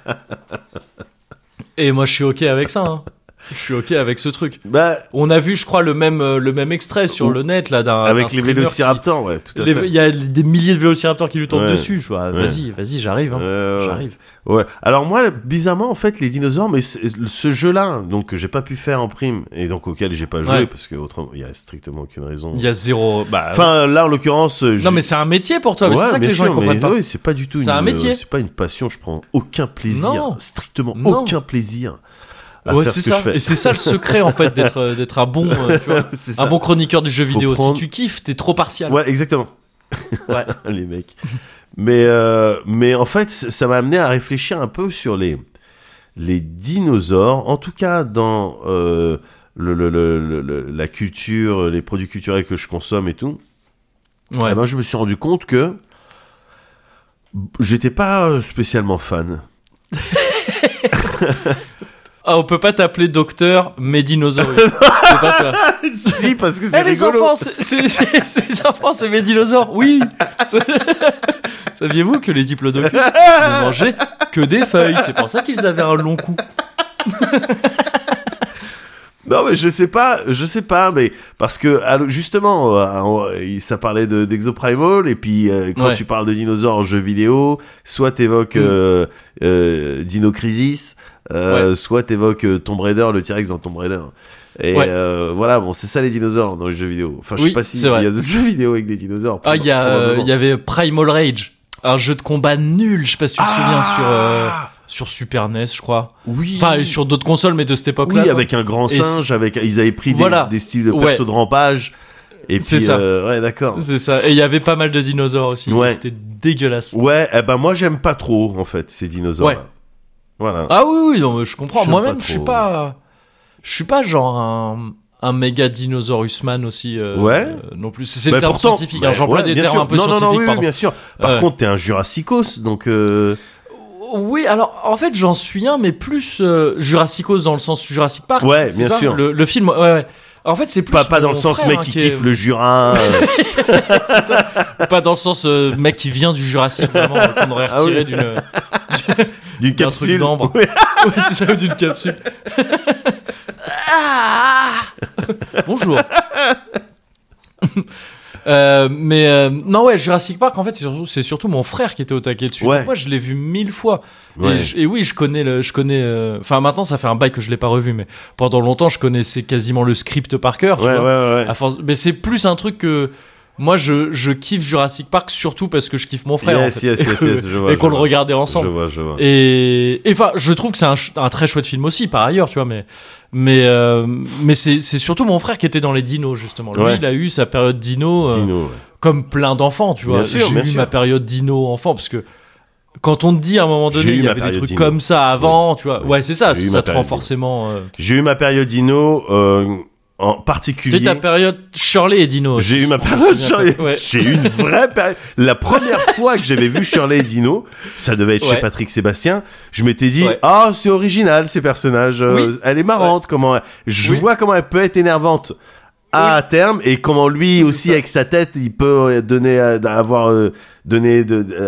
Et moi, je suis OK avec ça. Hein. Je suis OK avec ce truc. Bah, On a vu, je crois, le même extrait sur le net là d'un. avec d'un les streamer Vélociraptors, ouais, tout à qui- fait. Il y a des milliers de Vélociraptors qui lui tombent Ouais. dessus. Je vois, Ouais. vas-y, j'arrive. Hein. Ouais. J'arrive. Ouais. Alors moi, bizarrement, en fait, les dinosaures, mais ce jeu-là, donc que j'ai pas pu faire en prime et donc auquel j'ai pas joué Ouais. parce que autrement, il y a strictement aucune raison. Il y a zéro. Bah, Enfin, là, en l'occurrence, non, mais c'est un métier pour toi. Mais c'est ça que bien les gens sûr, ils comprennent mais pas. oui, c'est pas du tout. C'est un métier. C'est pas une passion. Je prends aucun plaisir, Non. strictement Non. aucun plaisir à Ouais, faire c'est ce que ça. je fais. Et c'est ça le secret en fait d'être un bon, tu vois, C'est un ça. bon chroniqueur du jeu Faut vidéo. prendre- Si tu kiffes, t'es trop partial. Ouais, exactement. Ouais. Les mecs. Mais en fait, ça m'a amené à réfléchir un peu sur les dinosaures, en tout cas dans la culture, les produits culturels que je consomme et tout. Ouais. Eh ben, je me suis rendu compte que j'étais pas spécialement fan. Ah, on peut pas t'appeler docteur Médinosaurus. C'est pas toi. Si, parce que c'est Eh, les rigolo. enfants, les enfants, c'est Médinosaures. Oui. Saviez-vous que les diplodocus ne mangeaient que des feuilles? C'est pour ça qu'ils avaient un long cou. Non, mais je sais pas, mais parce que justement, ça parlait d'Exoprimal, et puis quand Ouais. tu parles de dinosaures en jeu vidéo, soit t'évoques Dino Crisis, soit t'évoques Tomb Raider, le T-Rex dans Tomb Raider. Et Ouais. voilà, bon, c'est ça les dinosaures dans les jeux vidéo. Enfin, je Oui, sais pas s'il c'est y vrai. a d'autres jeux vidéo avec des dinosaures. Ah, il y avait Primal Rage, un jeu de combat nul. Je sais pas si tu te souviens sur Super NES, je crois. Oui. Enfin, sur d'autres consoles, mais de cette époque-là. Oui, quoi. avec un grand Et singe, ils avaient pris Voilà. des styles de Ouais. perso de rampage. Et C'est puis, ça. ouais, d'accord. C'est ça. Et il y avait pas mal de dinosaures aussi. Ouais. C'était dégueulasse. Ouais, eh ben moi j'aime pas trop en fait ces dinosaures. Ouais. Voilà. Ah oui, non, mais je comprends. J'aime Moi-même, pas je trop. suis pas genre un méga dinosaurus man aussi. Ouais. Non plus. C'est Bah, le terme pourtant, scientifique. bah, Hein. J'emploie ouais, des bien termes sûr. un peu non, scientifiques. non, oui, pardon. bien sûr. Par Ouais. contre, t'es un Jurassicos, donc. Oui, alors en fait, j'en suis un, mais plus Jurassicos dans le sens Jurassic Park. Ouais, c'est bien ça sûr. Le film, ouais. En fait, c'est plus Pas dans le mon sens frère, mec hein, qui est- kiffe le Jura. C'est ça. Pas dans le sens mec qui vient du Jurassique, vraiment, qu'on aurait Ah oui. retiré d'une d'une d'un truc capsule. d'ambre. Ouais. Ouais, c'est ça, d'une capsule. Bonjour. Non, ouais, Jurassic Park, en fait, c'est surtout mon frère qui était au taquet dessus. Ouais. Donc, moi, je l'ai vu 1000 fois. Ouais. Et oui, je connais. Enfin, maintenant, ça fait un bail que je l'ai pas revu, mais pendant longtemps, je connaissais quasiment le script par cœur. tu Ouais, vois. ouais. À force... Mais c'est plus un truc que. Moi, je kiffe Jurassic Park surtout parce que je kiffe mon frère. Yes, en fait. yes, je vois, Et qu'on je le vois. regardait ensemble. Je vois. Et enfin, je trouve que c'est un très chouette film aussi, par ailleurs, tu vois. Mais c'est surtout mon frère qui était dans les dinos justement. Lui, Ouais. il a eu sa période dino, Dino. Ouais. comme plein d'enfants, tu vois. Bien sûr, J'ai bien eu sûr. ma période dino enfant parce que quand on te dit à un moment J'ai donné, eu il y ma avait des période trucs dino. comme ça avant, tu vois. Oui. Ouais, c'est ça. J'ai eu Ça ma te rend période forcément. J'ai eu ma période dino. en Tu sais, particulier. ta période Shirley et Dino. J'ai eu ma période Shirley. Ouais. J'ai eu une vraie période. La première fois que j'avais vu Shirley et Dino, ça devait être chez Ouais. Patrick Sébastien. Je m'étais dit, Ouais. ah, c'est original ces personnages. Oui. Elle est marrante. Comment je Oui. vois comment elle peut être énervante à terme et comment lui aussi avec sa tête, il peut donner donner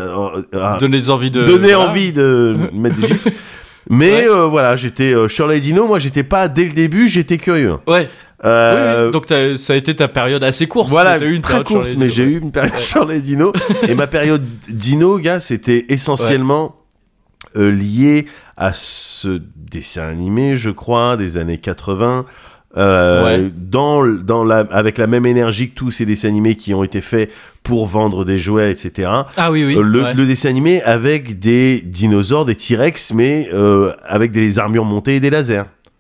Donner envie de. donner voilà. envie de mettre des gifs. Mais Ouais. voilà, j'étais Shirley et Dino. Moi, j'étais pas dès le début, j'étais curieux. Ouais. Euh, Oui. Donc ça a été ta période assez courte. Voilà, T'as eu une très période courte, Shirley et mais Dino, j'ai ouais. eu une période Ouais. Shirley et Dino. Et ma période Dino, gars, c'était essentiellement lié à ce dessin animé, je crois, des années 80. Ouais. Avec la même énergie que tous ces dessins animés qui ont été faits pour vendre des jouets, etc. Ah oui, oui. Le ouais. dessin animé avec des dinosaures, des T-Rex, mais avec des armures montées et des lasers.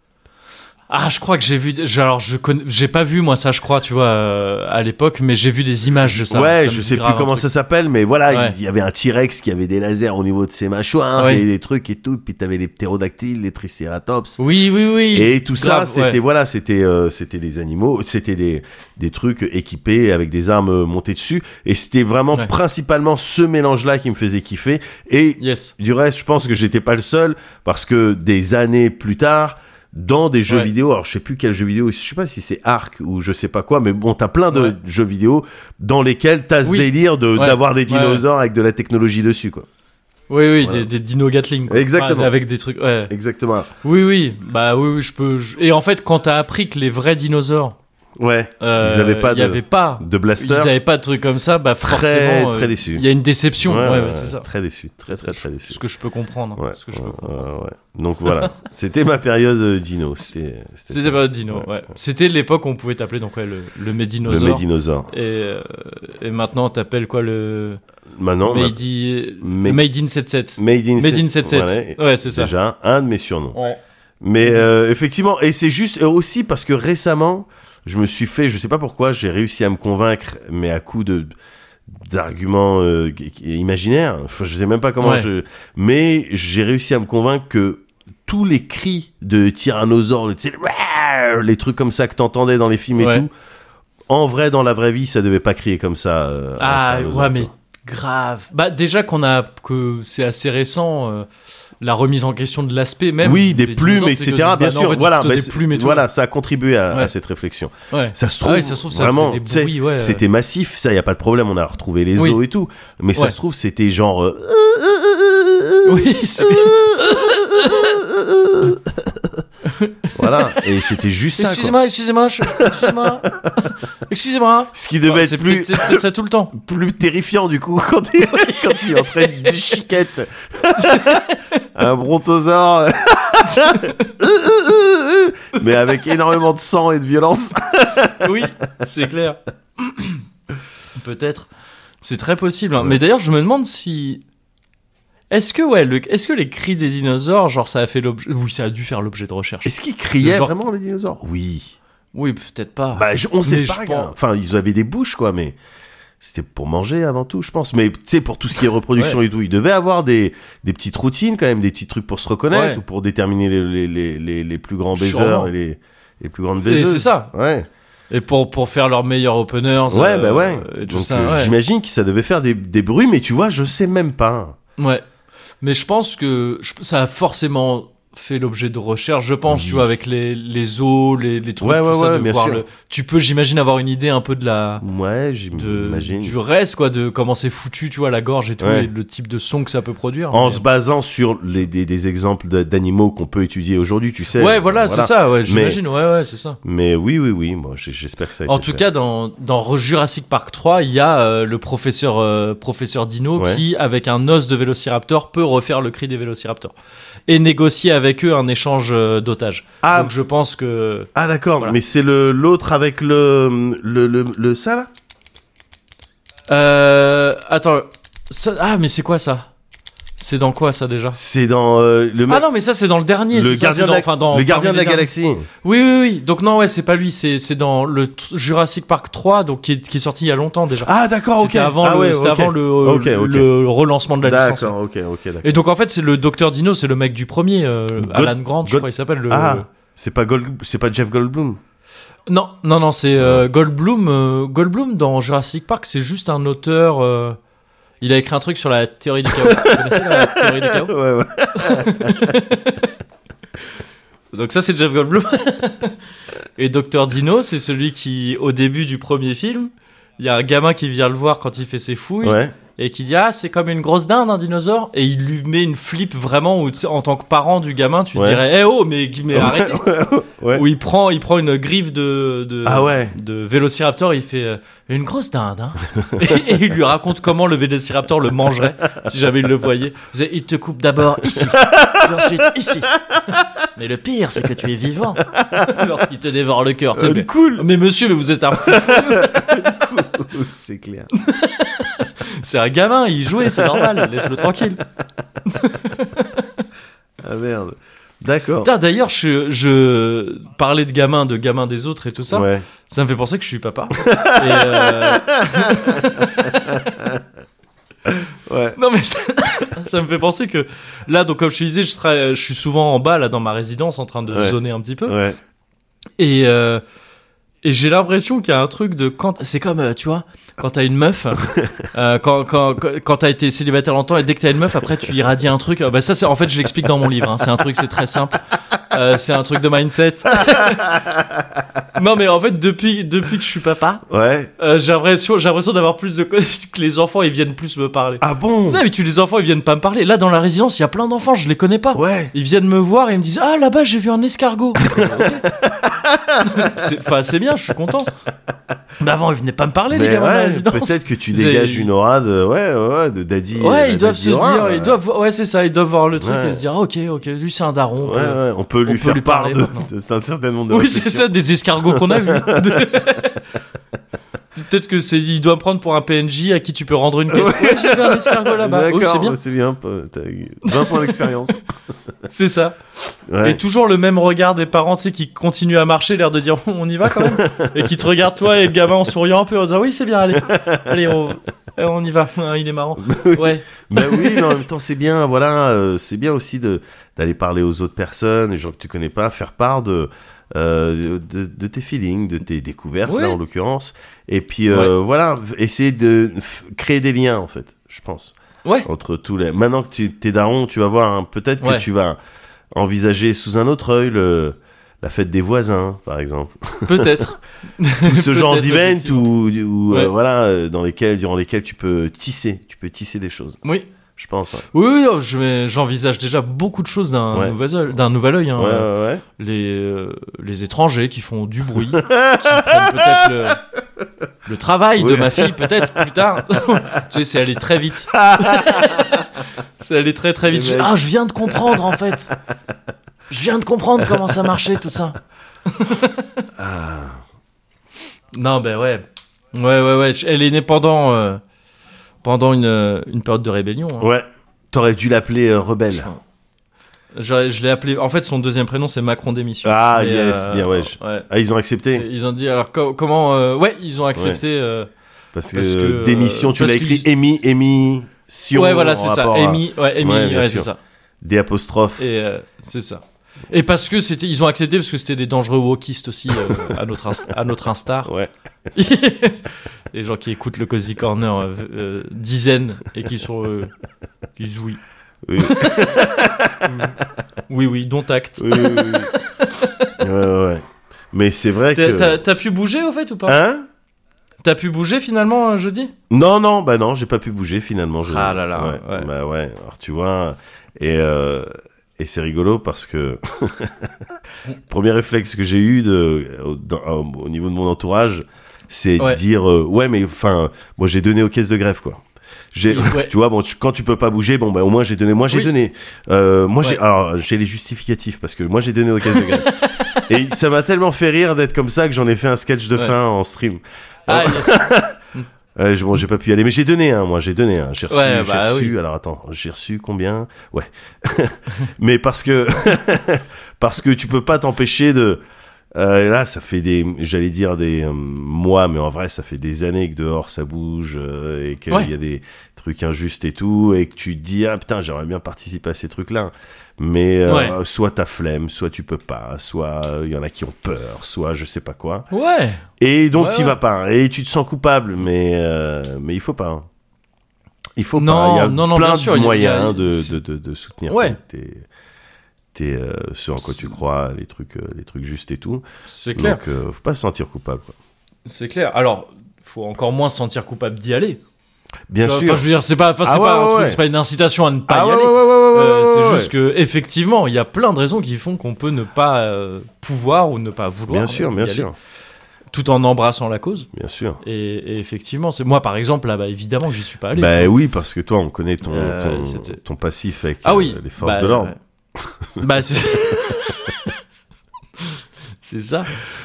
Ah, je crois que j'ai vu. Alors, j'ai pas vu moi ça, je crois, tu vois, à l'époque, mais j'ai vu des images de ça. Ouais, Ça me je dit sais plus grave un comment truc. ça s'appelle, mais voilà, Ouais. il y avait un T-Rex qui avait des lasers au niveau de ses mâchoires, Ouais. et des trucs et tout, puis t'avais les ptérodactyles, les tricératops. Oui, oui, oui. Et tout ça, Grave, c'était ouais. voilà, c'était des animaux, c'était des trucs équipés avec des armes montées dessus, et c'était vraiment Ouais. principalement ce mélange-là qui me faisait kiffer. Et Yes. du reste, je pense que j'étais pas le seul, parce que des années plus tard, dans des jeux Ouais. vidéo, alors je sais plus quel jeu vidéo, je sais pas si c'est Ark ou je sais pas quoi, mais bon, t'as plein de Ouais. jeux vidéo dans lesquels t'as ce Oui. délire Ouais. d'avoir des Ouais, dinosaures avec de la technologie dessus, quoi. Oui, oui, Voilà. des Dino Gatling. quoi. Exactement. Enfin, avec des trucs. Ouais. Exactement. Oui, oui. Bah oui, oui, je peux. Et en fait, quand t'as appris que les vrais dinosaures, Ouais. Ils avaient pas il y avait pas. de blaster. Ils avaient pas de trucs comme ça, bah Très, forcément. très déçu. Il y a une déception. Ouais, c'est ça. Très déçu, très déçu. Ce que je peux comprendre. Ouais, Ce que je peux ouais, comprendre. ouais. Donc voilà, c'était ma période dino. C'était C'était pas Dino, ouais. C'était l'époque où on pouvait t'appeler donc ouais, le le Médinosaure. Médinosaure. Et maintenant, t'appelles quoi le Maintenant, Made in 77. Made in Made in 77. Voilà, Ouais, c'est ça. déjà un de mes surnoms. Ouais. Mais effectivement, et c'est juste aussi parce que récemment, je me suis fait, je sais pas pourquoi, j'ai réussi à me convaincre, mais à coup d'arguments imaginaires. Enfin, je sais même pas comment Ouais. mais j'ai réussi à me convaincre que tous les cris de tyrannosaures, tu sais, les trucs comme ça que t'entendais dans les films et Ouais. tout, en vrai, dans la vraie vie, ça devait pas crier comme ça. Un Ah tyrannosaure, ouais, tu mais vois. grave. Bah déjà que c'est assez récent. La remise en question de l'aspect même. Oui, des des plumes, dinosaures, c'est etc. que bah Bien non, en sûr, fait, c'est voilà, plutôt mais des plumes et tout. voilà, ça a contribué à Ouais. cette réflexion. Ouais. Ça se Ah trouve, oui, ça se trouve, ça vraiment, faisait des tu sais, bruits, ouais. c'était massif, ça y a pas de problème, on a retrouvé les Oui. os et tout. Mais ça Ouais. se trouve, c'était genre. Oui, c'est... Voilà, et c'était juste ça. Quoi. excusez-moi. Excusez-moi. Ce qui devait C'est être plus, peut-être ça tout le temps. plus terrifiant du coup quand il entrait une chiquette, un brontosaure, mais avec énormément de sang et de violence. Oui, c'est clair. Peut-être. C'est très possible. Hein. Mais d'ailleurs, je me demande si... Est-ce que les cris des dinosaures, genre ça a fait l'objet... Oui, ça a dû faire l'objet de recherche. Est-ce qu'ils criaient Genre- vraiment les dinosaures? Oui. Oui, peut-être pas. Bah, on sait Mais pas. je Gars. pense- Enfin, ils avaient des bouches quoi, mais c'était pour manger avant tout, je pense. Mais tu sais, pour tout ce qui est reproduction et tout, ils devaient avoir des petites routines quand même, des petits trucs pour se reconnaître Ouais. ou pour déterminer les plus grands baiseurs Sûrement. et les plus grandes Et baiseuses. c'est ça. Ouais. Et pour faire leurs meilleurs openers. Ouais, bah ouais. Et tout Donc, ça, ouais. j'imagine que ça devait faire des bruits, mais tu vois, je sais même pas. Ouais. Mais je pense que ça a forcément fait l'objet de recherche, je pense, Oui. tu vois, avec les os, les trucs, Ouais, tout ouais, ça, ouais, de bien voir sûr. Tu peux, j'imagine, avoir une idée un peu de la... Ouais, j'imagine. du reste, quoi, de comment c'est foutu, tu vois, la gorge et tout, Ouais. et le type de son que ça peut produire. En mais- se basant sur des exemples d'animaux qu'on peut étudier aujourd'hui, tu sais. Ouais, voilà, c'est ça, ouais, j'imagine, ouais, c'est ça. Mais oui, moi, j'espère que ça a En été tout fait. cas, dans Jurassic Park 3, il y a le professeur Dino Ouais. qui, avec un os de vélociraptor, peut refaire le cri des vélociraptors et négocier avec eux un échange d'otages. Ah. Donc je pense que... Ah d'accord, Voilà. mais c'est l'autre avec le ça là. Attends. Ah, mais c'est quoi ça? C'est dans quoi ça déjà? C'est dans le Ah non, mais ça c'est dans le dernier. le c'est ça, gardien c'est de la, enfin, dans, le gardien de parmi la les derniers. galaxie. Oui, oui, oui. Donc non, ouais, c'est pas lui. C'est dans le Jurassic Park 3, donc qui est sorti il y a longtemps déjà. Ah d'accord, ok. C'était avant, ah, ouais, c'était ok. avant le, Ok, ok. le relancement de la licence. D'accord, ok, d'accord. Et donc en fait, c'est le docteur Dino, c'est le mec du premier, Alan Grant, je crois il s'appelle. Ah, c'est pas Jeff Goldblum. Non, c'est Goldblum. Goldblum dans Jurassic Park, c'est juste un auteur. Il a écrit un truc sur la théorie du chaos. Vous connaissez la théorie du chaos? Ouais. Donc ça, c'est Jeff Goldblum. Et Dr Dino, c'est celui qui, au début du premier film, il y a un gamin qui vient le voir quand il fait ses fouilles. Ouais. Et qui dit c'est comme une grosse dinde un dinosaure, et il lui met une flip vraiment où, tu sais, en tant que parent du gamin tu dirais mais arrêtez. Ouais. Où il prend une griffe de vélociraptor et il fait une grosse dinde hein. et il lui raconte comment le vélociraptor le mangerait si jamais il le voyait. Il te coupe d'abord ici puis ensuite ici, mais le pire c'est que tu es vivant lorsqu'il te dévore le cœur. Cool. Mais monsieur, mais vous êtes un fou. Cool. C'est clair. C'est un gamin, il jouait, c'est normal, laisse-le tranquille. Ah merde. D'accord. Putain, d'ailleurs, je parlais de gamins des autres et tout ça. Ouais. Ça me fait penser que je suis papa. Ouais. Non mais ça me fait penser que là, donc comme je te disais, je suis souvent en bas là dans ma résidence en train de zoner un petit peu. Ouais. Et j'ai l'impression qu'il y a un truc de c'est comme tu vois, quand t'as une meuf, quand t'as été célibataire longtemps et dès que t'as une meuf, après tu irradies un truc. Ça c'est en fait, je l'explique dans mon livre. Hein, c'est très simple. C'est un truc de mindset. Non mais en fait depuis que je suis papa, j'ai l'impression d'avoir plus de que les enfants ils viennent plus me parler. Ah bon? Non mais les enfants ils viennent pas me parler. Là dans la résidence il y a plein d'enfants, je les connais pas. Ouais. Ils viennent me voir et ils me disent là-bas j'ai vu un escargot. C'est bien, je suis content. Mais avant ils venaient pas me parler les gamins de la résidence. Peut-être que tu dégages une aura de daddy. Ouais, ils doivent se dire, c'est ça, ils doivent voir le truc et se dire ok, lui c'est un daron. On peut lui faire part de un certain nombre de réflexions. C'est ça, des escargots qu'on a vus. Peut-être que il doit me prendre pour un PNJ à qui tu peux rendre une quête. Ouais, j'ai vu un escargot là-bas. D'accord, c'est bien. T'as 20 points d'expérience. C'est ça. Ouais. Et toujours le même regard des parents, tu sais, qui continuent à marcher, l'air de dire on y va quand même. Et qui te regardent toi et le gamin en souriant un peu, en disant oui, c'est bien, allez, on y va. Il est marrant. Ouais. Bah oui, mais en même temps, c'est bien, voilà, c'est bien aussi d'aller parler aux autres personnes, les gens que tu connais pas, faire part de tes feelings, de tes découvertes, là, en l'occurrence. Et puis, voilà, essayer de créer des liens, en fait, je pense. Ouais. Entre tous les. Maintenant que t'es daron, tu vas voir, hein, peut-être que tu vas envisager sous un autre œil la fête des voisins, par exemple. Peut-être. Tout ce genre d'event voilà, durant lesquels tu peux tisser des choses. Oui. Je pense. Hein. Oui, j'envisage déjà beaucoup de choses d'un nouvel œil. Hein. Les étrangers qui font du bruit, qui prennent peut-être le travail de ma fille, peut-être plus tard. Tu sais, c'est aller très vite. C'est aller très très vite. Je viens de comprendre en fait. Je viens de comprendre comment ça marchait tout ça. Non, ben ouais. Elle est née pendant une période de rébellion. Hein. Ouais. T'aurais dû l'appeler Rebelle. Je l'ai appelé. En fait, son deuxième prénom c'est Macron démission. Ah yes, bien ouais. Ah, ils ont accepté. Ils ont dit alors comment ils ont accepté. Parce que démission, tu l'as écrit émission. Ouais, voilà, c'est ça. C'est ça. Des apostrophes. Et c'est ça. Et parce que ils ont accepté parce que c'était des dangereux wokistes aussi à notre instar. Ouais. Les gens qui écoutent le Cozy Corner dizaines et qui sont qui jouent. Oui. Oui, dont acte. Oui. Ouais. Mais c'est vrai que. T'as pu bouger au fait ou pas? Hein? T'as pu bouger finalement jeudi? Non, j'ai pas pu bouger finalement. Ah là là. Ouais. Bah ouais. Alors tu vois, et c'est rigolo parce que premier réflexe que j'ai eu au niveau de mon entourage, c'est de dire mais enfin moi j'ai donné aux caisses de grève quoi. Tu vois quand tu peux pas bouger au moins j'ai donné j'ai les justificatifs parce que moi j'ai donné aux caisses de grève et ça m'a tellement fait rire d'être comme ça que j'en ai fait un sketch de fin en stream. Yes. J'ai pas pu y aller mais j'ai donné j'ai reçu oui. Alors attends, j'ai reçu combien? Ouais. Mais parce que tu peux pas t'empêcher de Là, ça fait j'allais dire des mois, mais en vrai, ça fait des années que dehors ça bouge et qu'il y a des trucs injustes et tout, et que tu te dis ah putain, j'aimerais bien participer à ces trucs-là, mais soit t'as flemme, soit tu peux pas, soit il y en a qui ont peur, soit je sais pas quoi. Ouais. Et donc t'y vas pas, et tu te sens coupable, mais il faut pas. Il faut pas. Il y a plein de moyens de soutenir ce en quoi tu crois, les trucs justes et tout. C'est clair. Donc, faut pas se sentir coupable, quoi. C'est clair. Alors, faut encore moins se sentir coupable d'y aller. Bien sûr. Enfin, je veux dire, c'est pas un truc, c'est pas une incitation à ne pas y aller. C'est juste que, effectivement, il y a plein de raisons qui font qu'on peut ne pas pouvoir ou ne pas vouloir. Bien sûr. Tout en embrassant la cause. Bien sûr. Et effectivement, c'est moi par exemple là, évidemment que j'y suis pas allé. Bah oui, parce que toi, on connaît ton passif avec les forces de l'ordre. Bah c'est c'est ça.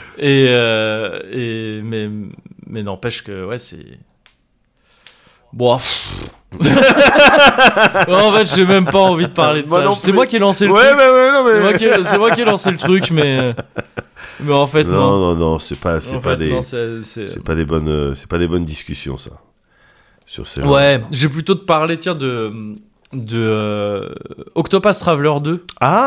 Mais n'empêche que c'est bon. En fait, j'ai même pas envie de parler de ça. C'est moi qui ai lancé le truc. C'est moi qui ai lancé le truc, mais en fait non, c'est pas des bonnes discussions, ça. Sur ces j'ai plutôt de parler de Octopath Traveler 2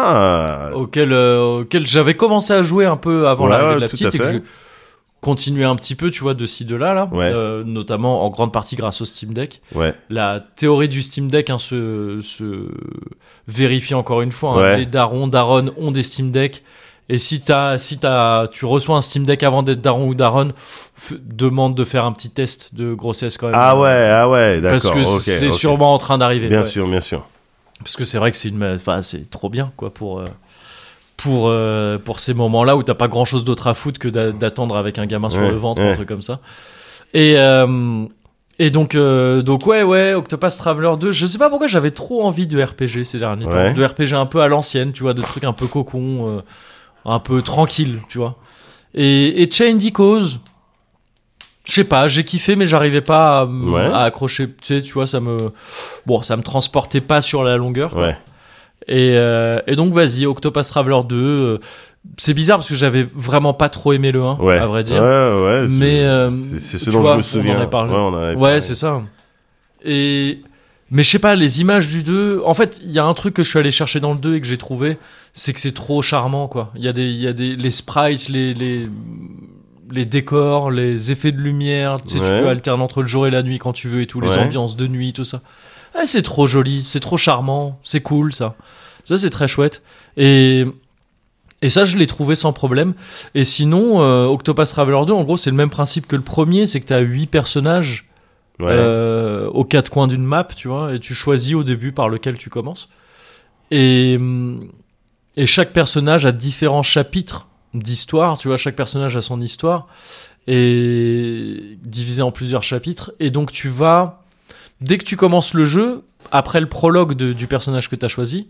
auquel j'avais commencé à jouer un peu avant l'arrivée de la petite, et que je continuais un petit peu, tu vois, de ci de là, notamment en grande partie grâce au Steam Deck. La théorie du Steam Deck se vérifie encore une fois, les darons ont des Steam Deck. Et si tu reçois un Steam Deck avant d'être daron ou daronne, demande de faire un petit test de grossesse quand même. Ah ouais, d'accord. Parce que c'est sûrement en train d'arriver. Bien sûr. Parce que c'est vrai que c'est trop bien, quoi, pour ces moments-là où t'as pas grand-chose d'autre à foutre que d'attendre avec un gamin sur le ventre, un truc comme ça. Et donc Octopath Traveler 2, je sais pas pourquoi j'avais trop envie de RPG ces derniers temps, de RPG un peu à l'ancienne, tu vois, de trucs un peu cocon, un peu tranquille, tu vois. Et Chained Echoes, je sais pas, j'ai kiffé, mais j'arrivais pas à accrocher, tu vois, ça me transportait pas sur la longueur, quoi. Et donc vas-y, Octopath Traveler 2, c'est bizarre parce que j'avais vraiment pas trop aimé le 1, à vrai dire. Mais c'est ce dont je me souviens. On en avait parlé. C'est ça. Mais je sais pas, les images du 2, en fait, il y a un truc que je suis allé chercher dans le 2 et que j'ai trouvé, c'est que c'est trop charmant, quoi. Il y a les sprites, les décors, les effets de lumière, tu sais, tu peux alterner entre le jour et la nuit quand tu veux et tout, les ambiances de nuit, tout ça. C'est trop joli, c'est trop charmant, c'est cool, ça. Ça, c'est très chouette. Et ça, je l'ai trouvé sans problème. Et sinon, Octopath Traveler 2, en gros, c'est le même principe que le premier, c'est que t'as 8 personnages aux 4 coins d'une map, tu vois, et tu choisis au début par lequel tu commences. Et chaque personnage a différents chapitres d'histoire, tu vois, chaque personnage a son histoire, et divisé en plusieurs chapitres. Et donc, tu vas... Dès que tu commences le jeu, après le prologue du personnage que tu as choisi,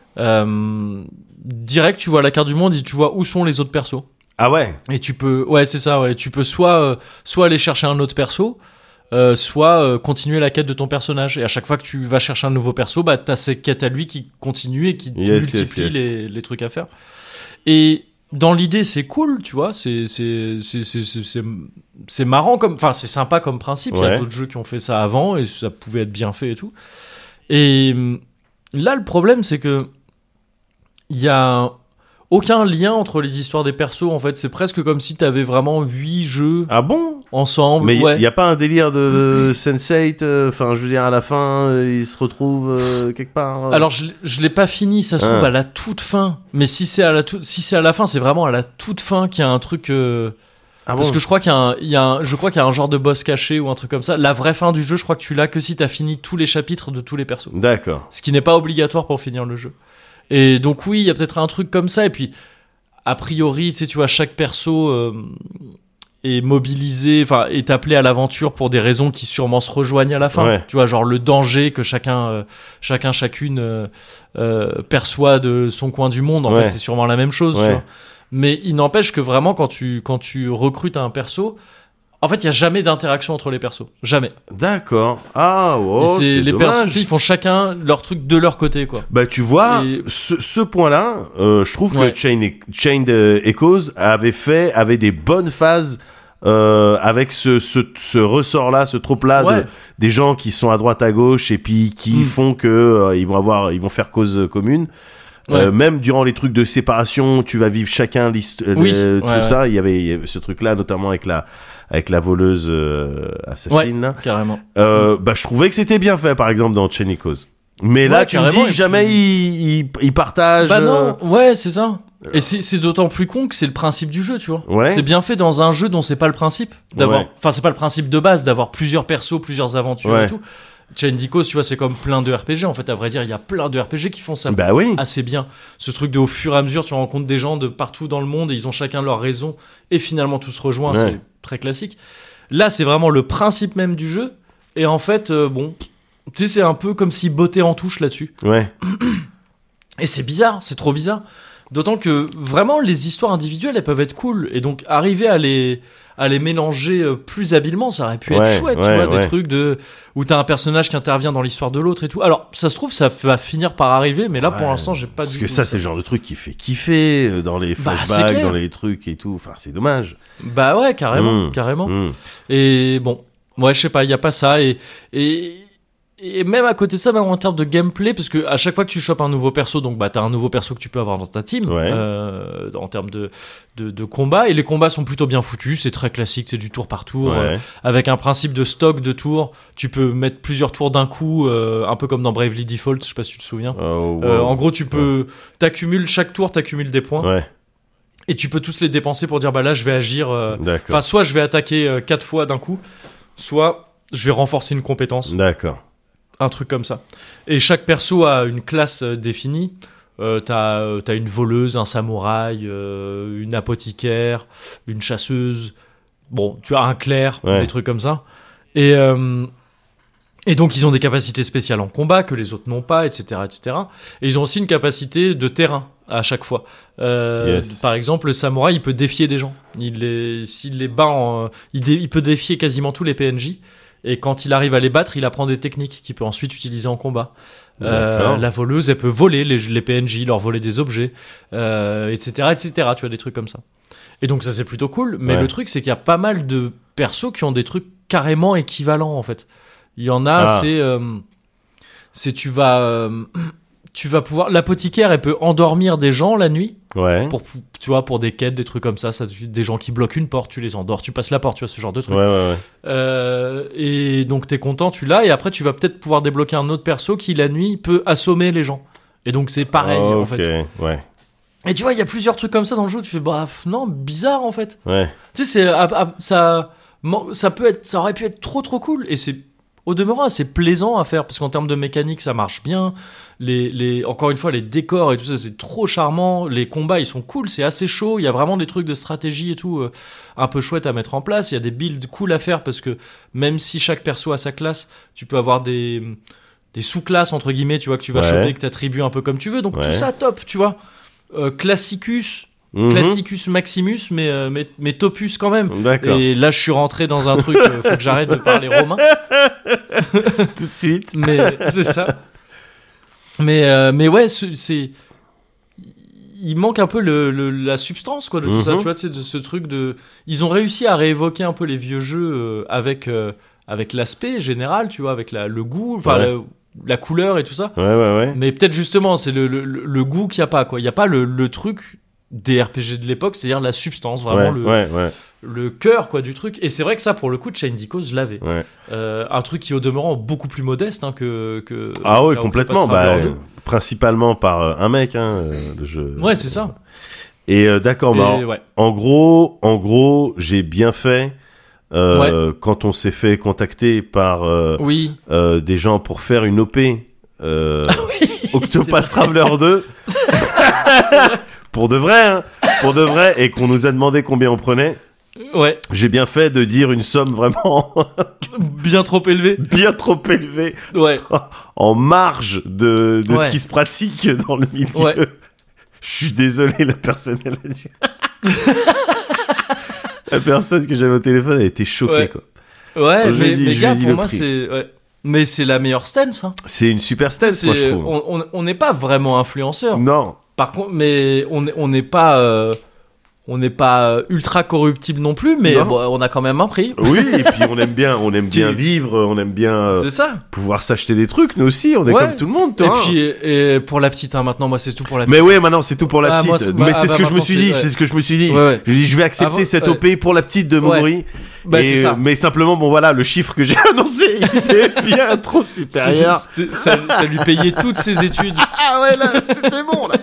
direct tu vois la carte du monde et tu vois où sont les autres persos. Ah ouais. Et tu peux, c'est ça, tu peux soit aller chercher un autre perso, soit continuer la quête de ton personnage. Et à chaque fois que tu vas chercher un nouveau perso, bah t'as ces quêtes à lui qui continuent et qui multiplient les trucs à faire. Et dans l'idée, c'est cool, tu vois, c'est marrant enfin, c'est sympa comme principe. Il y a d'autres jeux qui ont fait ça avant et ça pouvait être bien fait et tout. Et là, le problème, c'est que il y a aucun lien entre les histoires des persos, en fait. C'est presque comme si t'avais vraiment 8 jeux ensemble. Mais il y a pas un délire de Sense8, enfin, je veux dire, à la fin, ils se retrouvent quelque part. Alors, je l'ai pas fini, ça se trouve à la toute fin. Mais si c'est à la fin, c'est vraiment à la toute fin qu'il y a un truc... Parce que je crois qu'il y a un genre de boss caché ou un truc comme ça. La vraie fin du jeu, je crois que tu l'as que si t'as fini tous les chapitres de tous les persos. D'accord. Ce qui n'est pas obligatoire pour finir le jeu. Et donc oui, il y a peut-être un truc comme ça. Et puis, a priori, tu vois, chaque perso est mobilisé, enfin, est appelé à l'aventure pour des raisons qui sûrement se rejoignent à la fin. Tu vois, genre le danger que chacune perçoit de son coin du monde. En fait, c'est sûrement la même chose. Tu vois. Mais il n'empêche que vraiment, quand tu recrutes un perso, En fait, il y a jamais d'interaction entre les persos, jamais. D'accord. Ah, Et c'est les persos, tu dommage. sais, ils font chacun leur truc de leur côté, quoi. Bah, tu vois, Et- ce point-là, je trouve Ouais. que Chained Echoes avait des bonnes phases avec ce ressort-là, ce trope-là Ouais. des gens qui sont à droite à gauche et puis qui font que ils vont faire cause commune. Ouais. Même durant les trucs de séparation, tu vas vivre chacun Oui. tout Ouais, ça. Il y avait ce truc-là, notamment avec la voleuse assassine. Là. Carrément. Bah, je trouvais que c'était bien fait, par exemple, dans Chained Echoes. Mais là, Ouais, tu me carrément, dis, et jamais ils partagent. Bah non, ouais, c'est ça. Et c'est d'autant plus con que c'est le principe du jeu, tu vois. Ouais. C'est bien fait dans un jeu dont c'est pas le principe d'avoir. Ouais. Enfin, c'est pas le principe de base d'avoir plusieurs persos, plusieurs aventures Ouais. et tout. Chained Echoes, tu vois, c'est comme plein de RPG. En fait, à vrai dire, il y a plein de RPG qui font ça Bah oui. assez bien. Ce truc de au fur et à mesure, tu rencontres des gens de partout dans le monde et ils ont chacun leur raison et finalement tout se rejoint. Ouais. C'est très classique. Là, c'est vraiment le principe même du jeu. Et en fait, bon, tu sais, c'est un peu comme si bottait en touche là-dessus. Ouais. Et c'est bizarre, c'est trop bizarre. D'autant que vraiment les histoires individuelles elles peuvent être cool et donc arriver à les mélanger plus habilement, ça aurait pu être Ouais, chouette, tu ouais, vois, ouais. des trucs où t'as un personnage qui intervient dans l'histoire de l'autre et tout. Alors ça se trouve ça va finir par arriver, mais là pour Ouais. l'instant j'ai pas Parce du que tout ça, c'est le genre de truc qui fait kiffer dans les Bah, c'est flashbacks, clair. dans les trucs et tout. Enfin, c'est dommage. Bah ouais, carrément, carrément. Et bon, ouais, je sais pas, il y a pas ça et même à côté de ça, même en termes de gameplay, parce que à chaque fois que tu chopes un nouveau perso, donc bah t'as un nouveau perso que tu peux avoir dans ta team, Ouais. en termes de combat, et les combats sont plutôt bien foutus, c'est très classique, c'est du tour par tour, Ouais. avec un principe de stock de tours, tu peux mettre plusieurs tours d'un coup, un peu comme dans Bravely Default, je sais pas si tu te souviens. Oh, wow. En gros, tu peux, t'accumules chaque tour, t'accumules des points, Ouais. et tu peux tous les dépenser pour dire bah là je vais agir. D'accord. Enfin, soit je vais attaquer 4 fois d'un coup, soit je vais renforcer une compétence, D'accord. un truc comme ça. Et chaque perso a une classe définie. T'as une voleuse, un samouraï, une apothicaire, une chasseuse. Bon, tu as un clerc, Ouais. des trucs comme ça. Et donc ils ont des capacités spéciales en combat que les autres n'ont pas, etc., etc. Et ils ont aussi une capacité de terrain à chaque fois. Yes. Par exemple, le samouraï, il peut défier des gens. S'il les bat, il peut défier quasiment tous les PNJ. Et quand il arrive à les battre, il apprend des techniques qu'il peut ensuite utiliser en combat. D'accord. La voleuse, elle peut voler les PNJ, leur voler des objets, etc., etc. Tu vois, des trucs comme ça. Et donc ça, c'est plutôt cool. Mais Ouais. le truc, c'est qu'il y a pas mal de persos qui ont des trucs carrément équivalents, en fait. Il y en a, c'est tu vas pouvoir... L'apothicaire, elle peut endormir des gens la nuit. Ouais. Tu vois, pour des quêtes, des trucs comme ça, des gens qui bloquent une porte, tu les endors, tu passes la porte, tu vois, ce genre de truc. Ouais. Et donc t'es content, tu l'as, et après tu vas peut-être pouvoir débloquer un autre perso qui la nuit peut assommer les gens. Et donc c'est pareil en fait. Ok. Ouais. Et tu vois, il y a plusieurs trucs comme ça dans le jeu, tu fais bah non, bizarre en fait. Ouais. Tu sais, ça aurait pu être trop cool, et c'est au demeurant assez plaisant à faire, parce qu'en termes de mécanique ça marche bien. Encore une fois, les décors et tout ça, c'est trop charmant. Les combats, ils sont cool, c'est assez chaud. Il y a vraiment des trucs de stratégie et tout, un peu chouette à mettre en place. Il y a des builds cool à faire, parce que même si chaque perso a sa classe, tu peux avoir des sous-classes, entre guillemets, tu vois, que tu vas Ouais. choper, que tu attribues un peu comme tu veux. Donc Ouais. tout ça, top, tu vois. Classicus Mhm. Maximus, mais Topus quand même. D'accord. Et là, je suis rentré dans un truc, faut que j'arrête de parler romain. Tout de suite. Mais c'est ça. Mais ouais, il manque un peu la substance quoi de tout ça, tu vois, tu sais, de ce truc de. Ils ont réussi à réévoquer un peu les vieux jeux avec l'aspect général, tu vois, avec le goût, enfin Ouais. la couleur et tout ça. Ouais. Mais peut-être justement, c'est le goût qu'il y a pas quoi. Il y a pas le truc des RPG de l'époque, c'est-à-dire la substance, vraiment Ouais. le cœur quoi du truc. Et c'est vrai que ça, pour le coup, Chained Echoes l'avait. Ouais. Un truc qui au demeurant beaucoup plus modeste hein, que Ah ouais, qu'Octopath complètement. Traveler Bah, 2. principalement par un mec, le jeu. Ouais, c'est ça. Et d'accord, bah, Et ouais. en gros, j'ai bien fait quand on s'est fait contacter par Oui. des gens pour faire une OP Octopath c'est Traveler 2. Pour de vrai, et qu'on nous a demandé combien on prenait. Ouais. J'ai bien fait de dire une somme vraiment Bien trop élevé. bien trop élevée Ouais. en marge de ce Ouais. qui se pratique dans le milieu. Ouais. Je suis désolé, la personne elle a dit. La personne que j'avais au téléphone, elle était choquée, Ouais. quoi. Ouais, Je lui ai dit- mais je lui ai gars, dit pour le moi, prix. c'est. Ouais. Mais c'est la meilleure stance. Hein. C'est une super stance, moi, je C'est- trouve. on n'est pas vraiment influenceur. Non. Par contre, mais on n'est pas. On n'est pas ultra corruptible non plus, mais Non. bon, on a quand même un prix. Oui, et puis on aime bien vivre, on aime bien C'est ça. pouvoir s'acheter des trucs, nous aussi, on est Ouais. comme tout le monde, Et toi. hein. puis, et pour la petite, hein, maintenant, moi, c'est tout pour la petite. Mais ouais, maintenant c'est tout pour la Ah, petite. moi, c'est- mais ah, c'est ce bah, que je me maintenant, suis dit, c'est- c'est ce que je me suis dit. Ouais, ouais. Je dis, je vais accepter Avant- cette ouais. OP pour la petite de Moguri. Bah, c'est ça. Mais simplement, bon voilà, le chiffre que j'ai annoncé, il était bien trop supérieur. Ça lui payait toutes ses études. Ah ouais, là, c'était bon, là.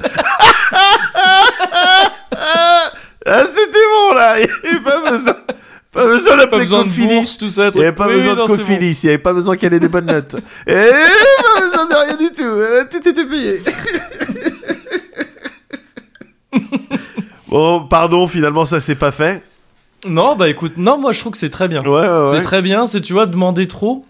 Ah, c'était bon, là. Il n'y avait pas besoin Pas d'appeler besoin de Cofilis. bourse, tout ça. Il n'y avait pas Oui, besoin oui, de non, c'est Cofilis, il n'y avait pas besoin qu'elle ait des bonnes notes. Et pas besoin de rien du tout. Tout était payé. Bon, pardon, finalement, ça s'est pas fait. bon. Non, bah écoute, non, moi je trouve que c'est très bien. Ouais. C'est très bien, c'est, tu vois, demander trop.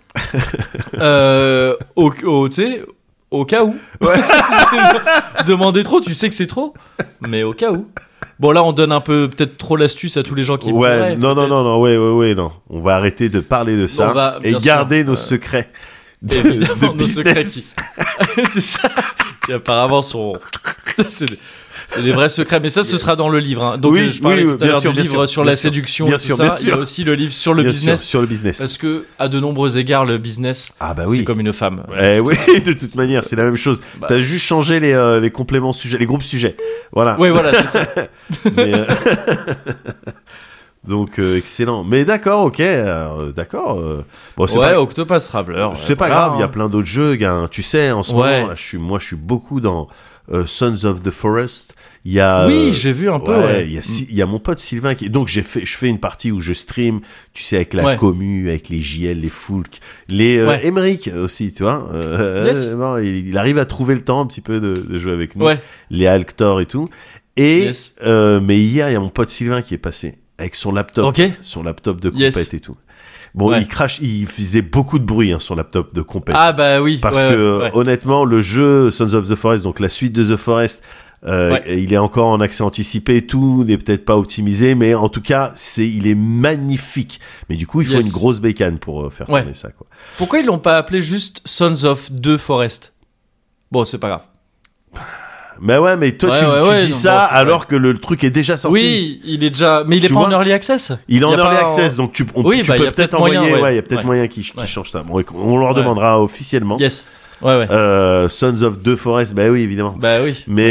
Tu sais, au cas où. Ouais. Demander trop, tu sais que c'est trop, mais au cas où. Bon, là, on donne un peu, peut-être trop l'astuce à tous les gens qui Ouais, pourraient, non, peut-être. non. On va arrêter de parler de ça On va, et bien garder sûr, nos secrets de, évidemment, de nos secrets business. C'est ça, qui apparemment sont. C'est des vrais secrets, mais ça, ce sera dans le livre. Hein. Donc, Oui, je parlais oui, tout à l'heure bien du sûr, livre bien sur sûr, la bien sûr. séduction Bien et tout sûr, ça. bien Il y a sûr. aussi le livre sur le Bien business. sûr, sur le business. Parce que, à de nombreux égards, le business, Ah bah oui. c'est comme une femme. Eh oui, de toute manière, c'est la même chose. Bah. T'as juste changé les compléments sujets, les groupes sujets. Voilà. Oui, voilà, c'est ça. Mais, donc excellent. Mais d'accord, ok, d'accord. Bon, c'est Ouais, pas, Octopus Traveler. c'est pas voilà, grave. Il y a hein. plein d'autres jeux, gars. Tu sais, en ce Ouais. moment, là, je suis beaucoup dans Sons of the Forest. Il y a. Oui, j'ai vu un peu. Ouais. Il y a mon pote Sylvain qui. Donc je fais une partie où je stream. Tu sais, avec la Ouais. commu, avec les JL, les Foulk, les Ouais. Emmerich aussi, tu vois. Yes. Bon, il arrive à trouver le temps un petit peu de jouer avec nous. Ouais. Les Alctor et tout. Et Yes. mais hier, il y a mon pote Sylvain qui est passé avec son laptop, Ok. son laptop de Yes. compète et tout. Bon, Ouais. il faisait beaucoup de bruit hein, sur laptop de compète. Ah, bah oui. Parce ouais, que ouais. honnêtement, le jeu Sons of the Forest, donc la suite de The Forest, Ouais. il est encore en accès anticipé, tout n'est peut-être pas optimisé, mais en tout cas, il est magnifique. Mais du coup, il faut Yes. une grosse bécane pour faire Ouais. tourner ça, quoi. Pourquoi ils l'ont pas appelé juste Sons of the Forest? Bon, c'est pas grave. Mais ouais, mais toi, Ouais, tu ouais, dis non, ça bon, c'est alors que le truc est déjà sorti. Oui, il est déjà. Mais il est Tu pas en vois early access. Il est en Y a early pas access, donc tu Oui, bah, peux y a peut-être peut-être envoyer. moyen, ouais. Il y a peut-être Ouais. moyen qui Ouais. change ça. Bon, on leur demandera officiellement. Yes. Ouais, ouais. Sons of the Forest, bah oui, évidemment. Bah oui. Mais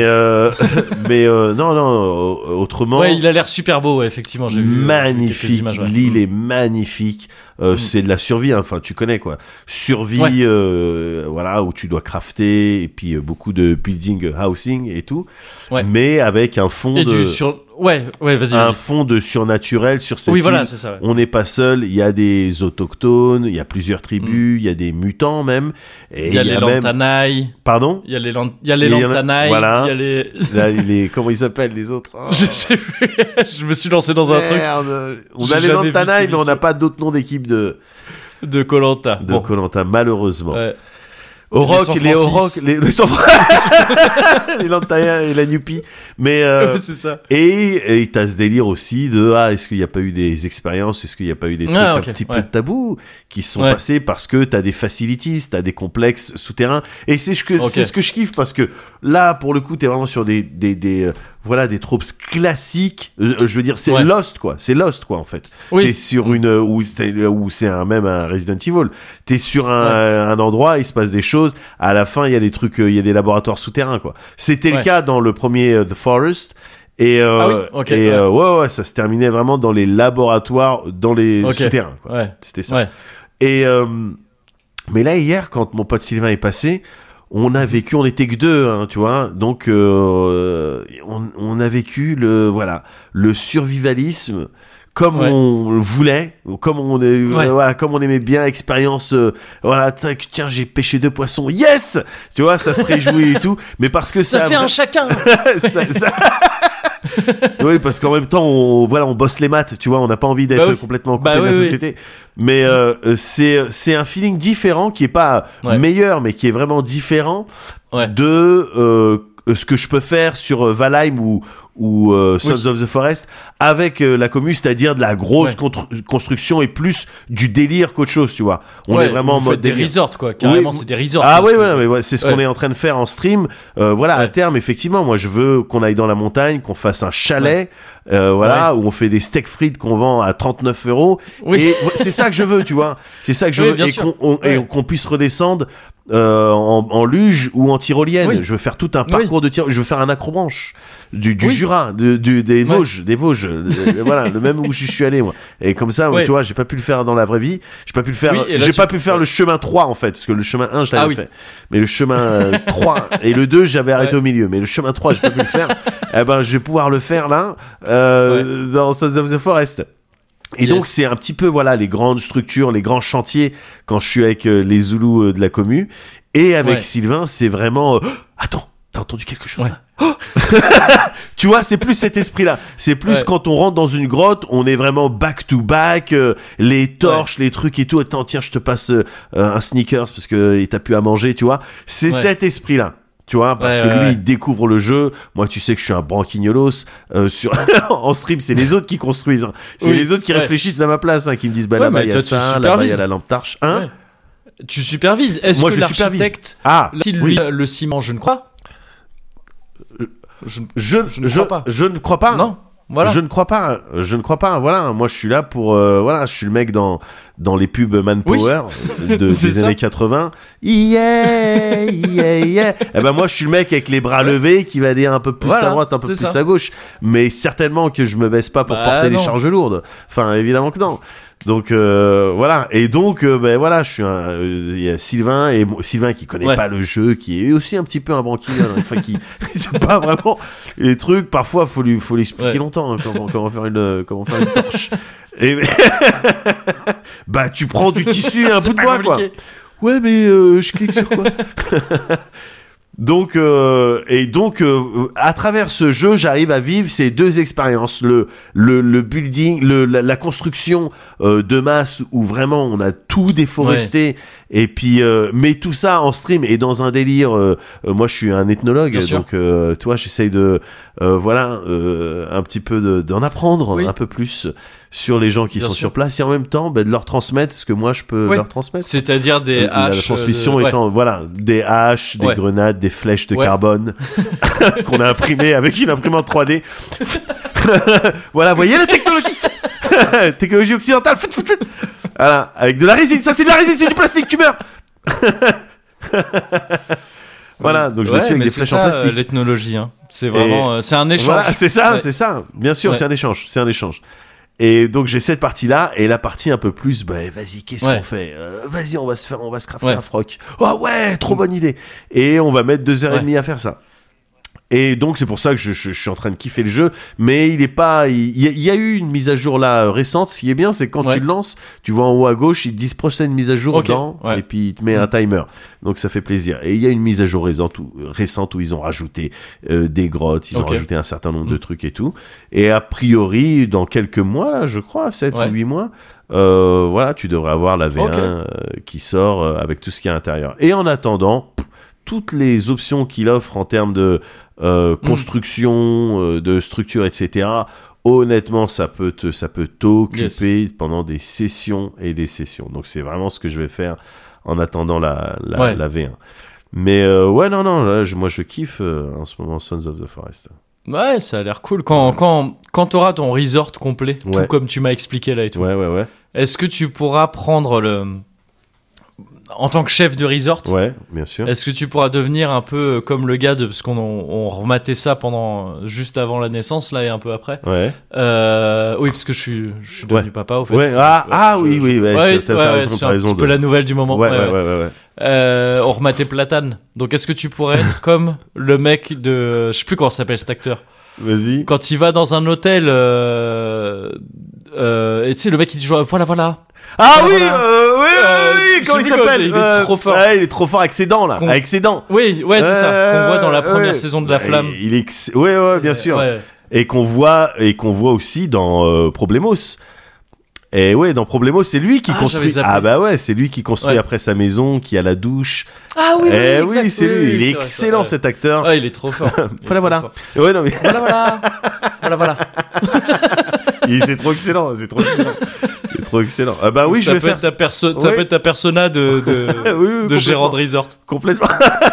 non, autrement. Ouais, il a l'air super beau, ouais, effectivement. J'ai vu quelques magnifique, images, ouais. l'île est magnifique. C'est de la survie, hein. Enfin tu connais quoi. Survie, Ouais. voilà, où tu dois crafter et puis beaucoup de building, housing et tout. Ouais. Mais avec un fond Et de, du sur. Ouais, vas-y. un vas-y. fond de surnaturel sur cette Oui, île. voilà, c'est ça. Ouais. On n'est pas seul, il y a des autochtones, il y a plusieurs tribus, il y a des mutants même. Et Il y a les même... Lantanaï, Pardon. il y a les Et il y en a- Lantanaï, voilà. il y a les. Là, comment ils s'appellent les autres? Oh, Je sais plus. Je me suis lancé dans un truc merde. On J'ai a les jamais vu Lantanaï, cette mais on n'a émission. pas d'autres noms d'équipe de de Koh-Lanta. Bon. Koh-Lanta, malheureusement. Ouais. Auroch, San les Auroch, Francis. les les Lantaya et la Nupi. Mais, c'est ça. et t'as ce délire aussi de, est-ce qu'il n'y a pas eu des expériences, est-ce qu'il n'y a pas eu des trucs Ah, ok, un petit ouais. peu tabous qui se sont Ouais. passés parce que t'as des facilities, t'as des complexes souterrains. Et c'est Ok. ce que je kiffe parce que là, pour le coup, t'es vraiment sur des voilà, des tropes classiques. Je veux dire, c'est Ouais. Lost, quoi. C'est Lost, quoi, en fait. T'es Oui. sur une, où c'est même un Resident Evil. T'es sur un endroit, il se passe des choses. À la fin, il y a des trucs, il y a des laboratoires souterrains, quoi. C'était le Ouais. cas dans le premier The Forest. Et, Ah oui, ok, et ouais. ouais, ça se terminait vraiment dans les laboratoires, dans les Ok. souterrains, quoi. Ouais. C'était ça. Ouais. Et, mais là, hier, quand mon pote Sylvain est passé, on a vécu, on était que deux, hein, tu vois. Donc, on a vécu le survivalisme comme Ouais. on le voulait, comme on voilà, comme on aimait bien expérience. Voilà, tac, tiens, j'ai pêché 2 poissons, yes, tu vois, ça se réjouit et tout. Mais parce que Ça ça, fait un chacun. ça- oui, parce qu'en même temps, on bosse les maths, tu vois, on n'a pas envie d'être Bah oui. complètement coupé Bah de la oui, oui. société. Mais c'est un feeling différent qui est pas Ouais. meilleur, mais qui est vraiment différent Ouais. de ce que je peux faire sur Valheim ou Sons of the Forest avec la commu, c'est-à-dire de la grosse construction et plus du délire qu'autre chose, tu vois. On est vraiment en mode des délire. resorts, quoi. Carrément, c'est des resorts. Ah oui, mais c'est ce qu'on est en train de faire en stream. À terme, effectivement, moi, je veux qu'on aille dans la montagne, qu'on fasse un chalet, où on fait des steak frites qu'on vend à 39 €. Oui. Et c'est ça que je veux, tu vois. C'est ça que je veux. Et qu'on puisse redescendre en luge ou en tyrolienne. Je veux faire tout un parcours de tir. Je veux faire un acrobranche du Jura, des Vosges, voilà, le même où je suis allé, moi. Et comme ça, tu vois, j'ai pas pu le faire dans la vraie vie. J'ai pas pu le faire. J'ai pas pu faire le chemin 3 en fait, parce que le chemin 1 je l'avais fait. Mais le chemin 3 et le 2 j'avais arrêté au milieu. Mais le chemin 3 j'ai pas pu le faire. Eh ben, je vais pouvoir le faire là, dans Sons of the Forest. Et donc c'est un petit peu les grandes structures, les grands chantiers quand je suis avec les Zoulous de la commu, et avec Sylvain c'est vraiment attends, t'as entendu quelque chose là? Tu vois, c'est plus cet esprit-là. C'est plus quand on rentre dans une grotte, on est vraiment back to back, les torches, les trucs et tout. Attends, tiens, je te passe un sneakers parce que t'as plus à manger, tu vois. C'est cet esprit-là. Tu vois, parce que lui, il découvre le jeu. Moi, tu sais que je suis un branquignolos. En stream, c'est les autres qui construisent. Hein. C'est les autres qui réfléchissent à ma place, hein, qui me disent, bah là-bas, il y a ça, là-bas, il y a la lampe torche. Hein? Tu supervises. Est-ce que l'architecte, le ciment, je ne crois. Je ne crois pas. Je ne crois pas. Non. Voilà. Je ne crois pas. Voilà, moi je suis là pour je suis le mec dans les pubs Manpower des années 80. Yeah. Et ben moi je suis le mec avec les bras levés qui va dire un peu plus à droite, un peu plus à gauche, mais certainement que je me baisse pas pour porter des charges lourdes. Enfin, évidemment que non. Donc et donc je suis il y a Sylvain qui connaît pas le jeu, qui est aussi un petit peu un branquilleur, enfin qui c'est pas vraiment les trucs, parfois faut lui expliquer longtemps, hein, comment faire une torche. Et bah tu prends du tissu et un bout de bois quoi. Ouais mais je clique sur quoi? Donc à travers ce jeu, j'arrive à vivre ces deux expériences, le building, la construction de masse où vraiment on a tout déforesté et puis mais tout ça en stream et dans un délire. Moi, je suis un ethnologue, donc toi, j'essaye de un petit peu d'en apprendre un peu plus sur les gens qui sont sur place et en même temps de leur transmettre ce que moi je peux leur transmettre. C'est-à-dire des haches. La transmission étant des haches, des grenades, des flèches de carbone qu'on a imprimées avec une imprimante 3D. Voilà, voyez la technologie. Technologie occidentale. Voilà, avec de la résine, ça c'est de la résine, c'est du plastique, tu meurs. Voilà, donc je le tue avec des flèches en plastique. L'ethnologie, hein. C'est vraiment, c'est un échange. Voilà, c'est ça. Bien sûr, c'est un échange. Et donc j'ai cette partie-là et la partie un peu plus, vas-y, qu'est-ce qu'on fait? Vas-y, on va se crafter un froc. Oh ouais, trop bonne idée. Et on va mettre 2h30 à faire ça. Et donc c'est pour ça que je suis en train de kiffer le jeu, mais il y a eu une mise à jour là récente. Ce qui est bien, c'est quand tu le lances, tu vois en haut à gauche, ils te disent prochaine mise à jour et puis il te met un timer. Donc ça fait plaisir. Et il y a une mise à jour récente où ils ont rajouté des grottes, ils ont rajouté un certain nombre de trucs et tout. Et a priori, dans quelques mois là, je crois, 7 ou 8 mois, tu devrais avoir la V1 qui sort avec tout ce qu'il y a à l'intérieur. Et en attendant, toutes les options qu'il offre en termes de construction, de structure, etc. Honnêtement, ça peut t'occuper pendant des sessions et des sessions. Donc c'est vraiment ce que je vais faire en attendant la V1. Mais moi je kiffe en ce moment Sons of the Forest. Ouais, ça a l'air cool. Quand t'auras ton resort complet, tout comme tu m'as expliqué là et tout. Ouais. Est-ce que tu pourras prendre en tant que chef de resort, bien sûr. Est-ce que tu pourras devenir un peu comme le gars parce qu'on rematait ça juste avant la naissance là et un peu après. Oui, parce que je suis devenu papa au fait. Oui, t'as raison. C'est un petit peu la nouvelle du moment. On rematait Platane. Donc est-ce que tu pourrais être comme le mec de, je sais plus comment s'appelle cet acteur. Vas-y. Quand il va dans un hôtel, et tu sais le mec il dit voilà. Ah oui, comment il s'appelle? Il est trop fort. Il est trop fort avec ses dents là. Avec ses dents. Oui, c'est ça. Qu'on voit dans la première saison de La Flamme. Il est bien sûr. Et qu'on voit aussi dans Problemos. Et ouais, dans Problemo, c'est lui qui Ah, construit. j'avais zappé. Ah bah ouais, c'est lui qui construit Ouais. après sa maison, qui a la douche. Ah oui, Eh oui, exact, c'est lui. oui, Il est c'est vrai, excellent, ouais. cet acteur. Ouais, il est trop fort. Il est Voilà, trop voilà. fort. Ouais, non mais Voilà. c'est trop excellent, c'est trop excellent. C'est trop excellent. Ah bah oui, ça je vais peut faire être ça Ouais. peut être ta persona de Oui, oui, de gérant de complètement. resort. Complètement.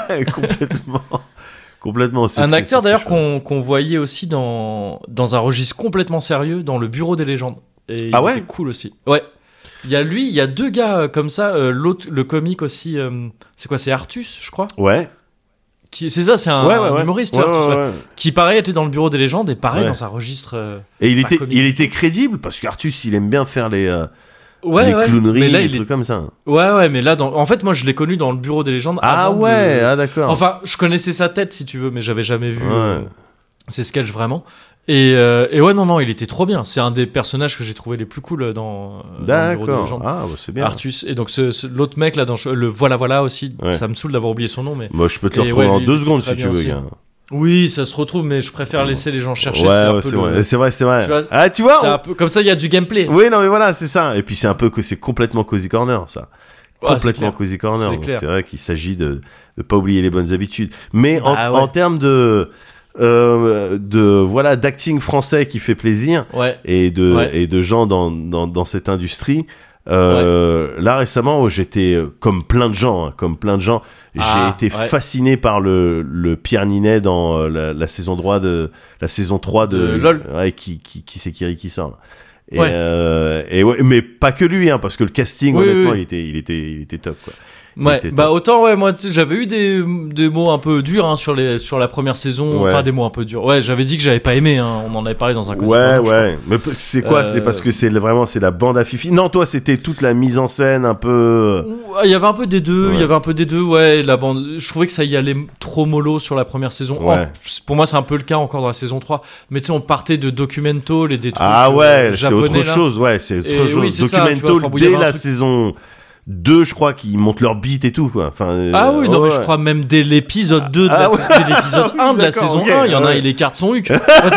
Complètement. C'est Un ce que- acteur c'est ce d'ailleurs que je fais. qu'on voyait aussi dans un registre complètement sérieux dans le Bureau des légendes. Et Ah il ouais était cool aussi. Ouais. Il y a lui, il y a deux gars comme ça. L'autre, le comique aussi. C'est quoi? C'est Artus, je crois. Ouais. C'est ça, c'est un Ouais. humoriste, Ouais, Artus, ouais, ouais. ouais. Qui pareil était dans le Bureau des légendes et pareil Ouais. dans un registre. Et il Pas était, comique. il était crédible parce qu'Artus, il aime bien faire les Ouais, ouais. clowneries, Mais là, les il est... trucs comme ça. Ouais, mais là, en fait, moi, je l'ai connu dans le Bureau des légendes. Ah avant ouais, de- ah d'accord. Enfin, je connaissais sa tête, si tu veux, mais j'avais jamais vu Ouais. ses sketchs vraiment. Et ouais, non, il était trop bien. C'est un des personnages que j'ai trouvé les plus cool dans le Bureau des D'accord. légendes. Ah, bah, c'est bien. Artus. Et donc, l'autre mec, là, dans le Voilà aussi, Ouais. ça me saoule d'avoir oublié son nom, mais. Moi, je peux te le Et retrouver ouais, en lui, 2 il était secondes très si tu bien veux, aussi. gars. Oui, ça se retrouve, mais je préfère laisser les gens chercher. Ouais, c'est un ouais, peu c'est le- vrai. C'est vrai, c'est vrai. Tu vois, Ah, tu vois c'est on- un peu... Comme ça, il y a du gameplay. Oui, non, mais voilà, c'est ça. Et puis, c'est un peu que c'est complètement Cozy Corner, ça. Ouais, Complètement c'est clair. Cozy Corner. C'est Donc, clair. c'est vrai qu'il s'agit de pas oublier les bonnes habitudes. Mais Bah, ouais. en termes de voilà, d'acting français qui fait plaisir Ouais. et de Ouais. gens dans cette industrie. Là récemment, j'étais comme plein de gens, j'ai Ah, été ouais. fasciné par le Pierre Ninet dans la saison 3 de De LOL. ouais, qui c'est qui sort là. Et, Ouais. et ouais, mais pas que lui, hein, parce que le casting, Oui, honnêtement, oui. il était top, quoi. Il Ouais, était bah top. autant ouais, moi tu sais, j'avais eu des mots un peu durs hein, sur la première saison, Ouais. enfin des mots un peu durs. Ouais, j'avais dit que j'avais pas aimé, hein, on en avait parlé dans un Cozy Ouais, Corner, je crois. ouais. Mais c'est quoi? C'était parce que vraiment, c'est la bande à Fifi. Non, toi, c'était toute la mise en scène un peu. Il y avait un peu des deux, Ouais. ouais, la bande, je trouvais que ça y allait trop mollo sur la première saison. Ouais. Pour moi, c'est un peu le cas encore dans la saison 3, mais tu sais on partait de documental et des trucs Ah ouais, c'est japonais, autre là. chose, ouais, c'est autre Et chose. oui, c'est ça, tu vois, Documental enfin, bon, il y dès avait un la truc- saison 2, je crois, qu'ils montent leur beat et tout, quoi. Enfin, Ah oui, non, mais ouais. je crois même dès l'épisode 2 de Ah ouais. dès l'épisode 1 de la D'accord, saison ok, 1, il y en a, ouais. il écarte son huc.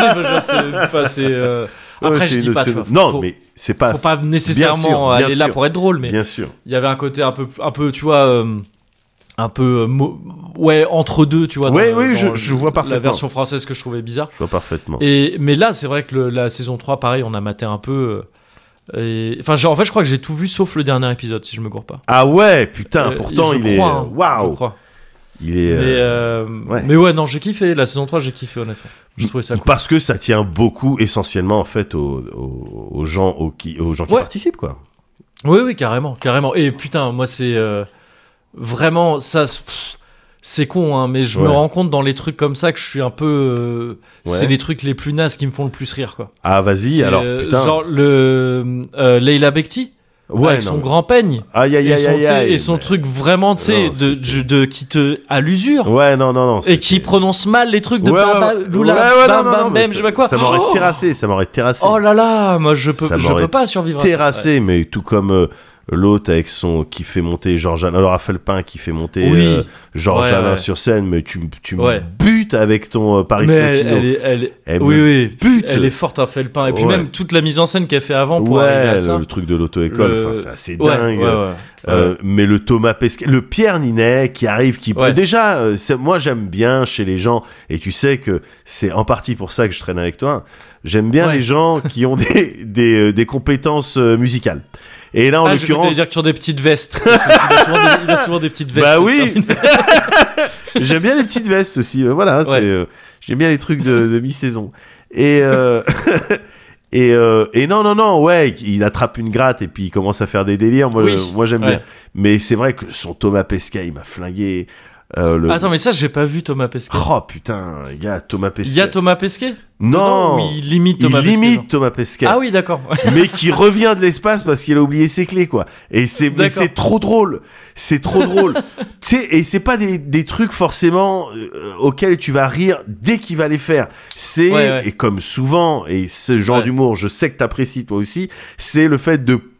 Après, Ouais, je dis une- pas, c'est- tu vois, non, faut- mais c'est pas. faut pas bien nécessairement sûr, aller bien là sûr. pour être drôle, mais Bien sûr. il y avait un côté un peu, tu vois, un peu, ouais, entre deux, tu vois. Ouais, oui, dans je vois la parfaitement. version française que je trouvais bizarre. Je vois parfaitement. Mais là, c'est vrai que la saison 3, pareil, on a maté un peu. Enfin, en fait, je crois que j'ai tout vu sauf le dernier épisode, si je me gourre pas. Ah ouais, putain, pourtant, je il est. crois, hein, je Waouh! crois. Il est. ouais. Mais ouais, non, j'ai kiffé. La saison 3, j'ai kiffé, honnêtement. Je trouvais ça cool. Parce que ça tient beaucoup, essentiellement, en fait, aux gens, qui Ouais. participent, quoi. Oui, carrément. Et putain, moi, c'est vraiment ça. C'est con, hein, mais je me Ouais. rends compte dans les trucs comme ça que je suis un peu. C'est Ouais. les trucs les plus nazes qui me font le plus rire, quoi. Ah, vas-y, C'est, alors, putain. genre Leila Bekti, ouais, avec son grand peigne. Aïe, aïe, Et aïe, son, aïe, tu sais, aïe. et son truc vraiment, tu sais, Non, qui te à l'usure. Ouais, non. Et qui prononce mal les trucs de Ouais, Baba, ouais, Lula, ouais, Bam non, Bam mais Bam, je sais pas quoi. Ça m'aurait Oh terrassé. Oh là là, moi je Ça peux m'aurait pas survivre à ça. Terrassé, mais tout comme l'autre avec qui fait monter Georges Alain, alors Raphaël Pin qui fait monter Oui. Georges Ouais, Alain ouais. sur scène, mais tu Ouais. me butes avec ton Paris Mais Latino. Elle oui, me oui, bute. elle est forte à Felpin. Et puis Ouais. même toute la mise en scène qu'elle fait avant pour arriver à Ouais, ça. le truc de l'auto-école, Le- enfin, c'est assez Ouais, dingue. ouais. Mais le Thomas Pesquet, le Pierre Ninet qui arrive, Ouais. déjà, moi j'aime bien chez les gens, et tu sais que c'est en partie pour ça que je traîne avec toi. J'aime bien Ouais. les gens qui ont des compétences musicales. Et là, en Ah, je l'occurrence, vais dire que sur des petites vestes. Parce que il a souvent des petites vestes. bah oui, j'aime bien les petites vestes aussi. Voilà, Ouais. j'aime bien les trucs de mi-saison. Et et non, ouais, il attrape une gratte et puis il commence à faire des délires. Moi j'aime Ouais. bien. Mais c'est vrai que son Thomas Pesquet, il m'a flingué. Attends, mais ça, j'ai pas vu Thomas Pesquet. Oh putain, gars, Thomas Pesquet. Il y a Thomas Pesquet Non, Ou il limite Thomas il Pesquet. limite genre. Thomas Pesquet. Ah oui, d'accord. Mais qui revient de l'espace parce qu'il a oublié ses clés, quoi. Mais D'accord. c'est trop drôle. C'est trop drôle. Tu sais, et c'est pas des trucs forcément auxquels tu vas rire dès qu'il va les faire. C'est, Ouais. et comme souvent, et ce genre Ouais. d'humour, je sais que t'apprécies toi aussi, c'est le fait de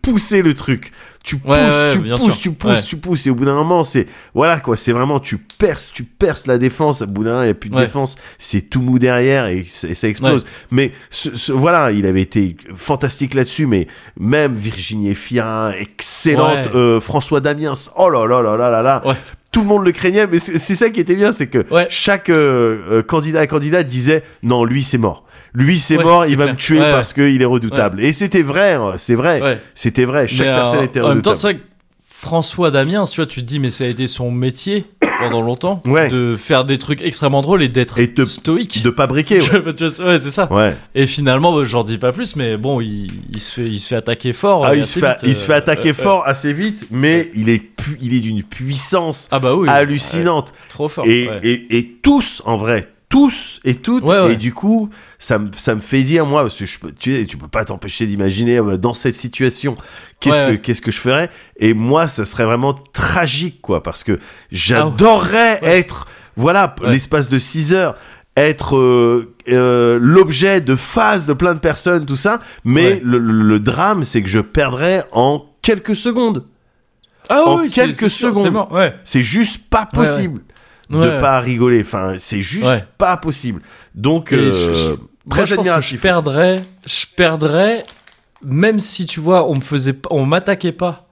pousser le truc. Tu pousses, bien sûr. tu pousses. Et au bout d'un moment, c'est, voilà, quoi. C'est vraiment, tu perces la défense. Au bout d'un moment, il n'y a plus de défense. C'est tout mou derrière et ça explose. Mais voilà, il avait été fantastique là-dessus. Mais même Virginie Efira, excellente. François Damiens, oh là là là là là là. Ouais. Tout le monde le craignait, mais c'est ça qui était bien, c'est que chaque candidat disait non, lui c'est mort. Lui c'est mort, il va me tuer parce qu'il est redoutable. Et c'était vrai, c'est vrai, c'était vrai. Chaque personne était redoutable. En même temps, c'est vrai que François Damiens, tu vois, tu te dis, mais ça a été son métier pendant longtemps, de faire des trucs extrêmement drôles et d'être stoïque, de pas briquer. Ouais, c'est ça. Ouais. Et finalement, j'en dis pas plus, mais bon, il se fait attaquer fort. Il se fait attaquer fort assez vite, mais il est d'une puissance hallucinante. Trop fort. Et tous, en vrai. Tous et toutes, et du coup ça me fait dire, moi, parce que tu peux pas t'empêcher d'imaginer dans cette situation qu'est-ce que je ferais, et moi ça serait vraiment tragique, quoi, parce que j'adorerais être l'espace de 6 heures être l'objet de phases de plein de personnes, tout ça, mais le drame c'est que je perdrais en quelques secondes. Quelques secondes, c'est juste pas possible. De pas rigoler, enfin c'est juste pas possible. Donc très admiratif. Je perdrais même si, tu vois, on m'attaquait pas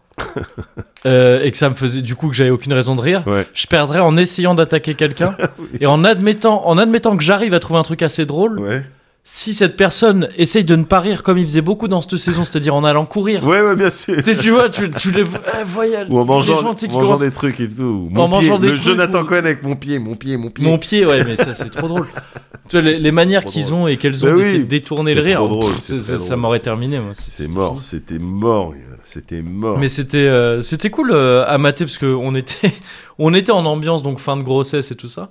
et que ça me faisait, du coup, que j'avais aucune raison de rire. Je perdrais en essayant d'attaquer quelqu'un et en admettant que j'arrive à trouver un truc assez drôle. Si cette personne essaye de ne pas rire comme il faisait beaucoup dans cette saison, c'est-à-dire en allant courir. Bien sûr. Tu vois, tu les voyais. Ou en mangeant des trucs et tout. Jonathan Cohen avec mon pied. Mon pied, mais ça, c'est trop drôle. Tu vois, les manières qu'ils ont et qu'elles ont d'essayer de détourner le rire. Ça m'aurait terminé, moi. C'était mort. Mais c'était cool à mater parce qu'on était en ambiance, donc fin de grossesse et tout ça.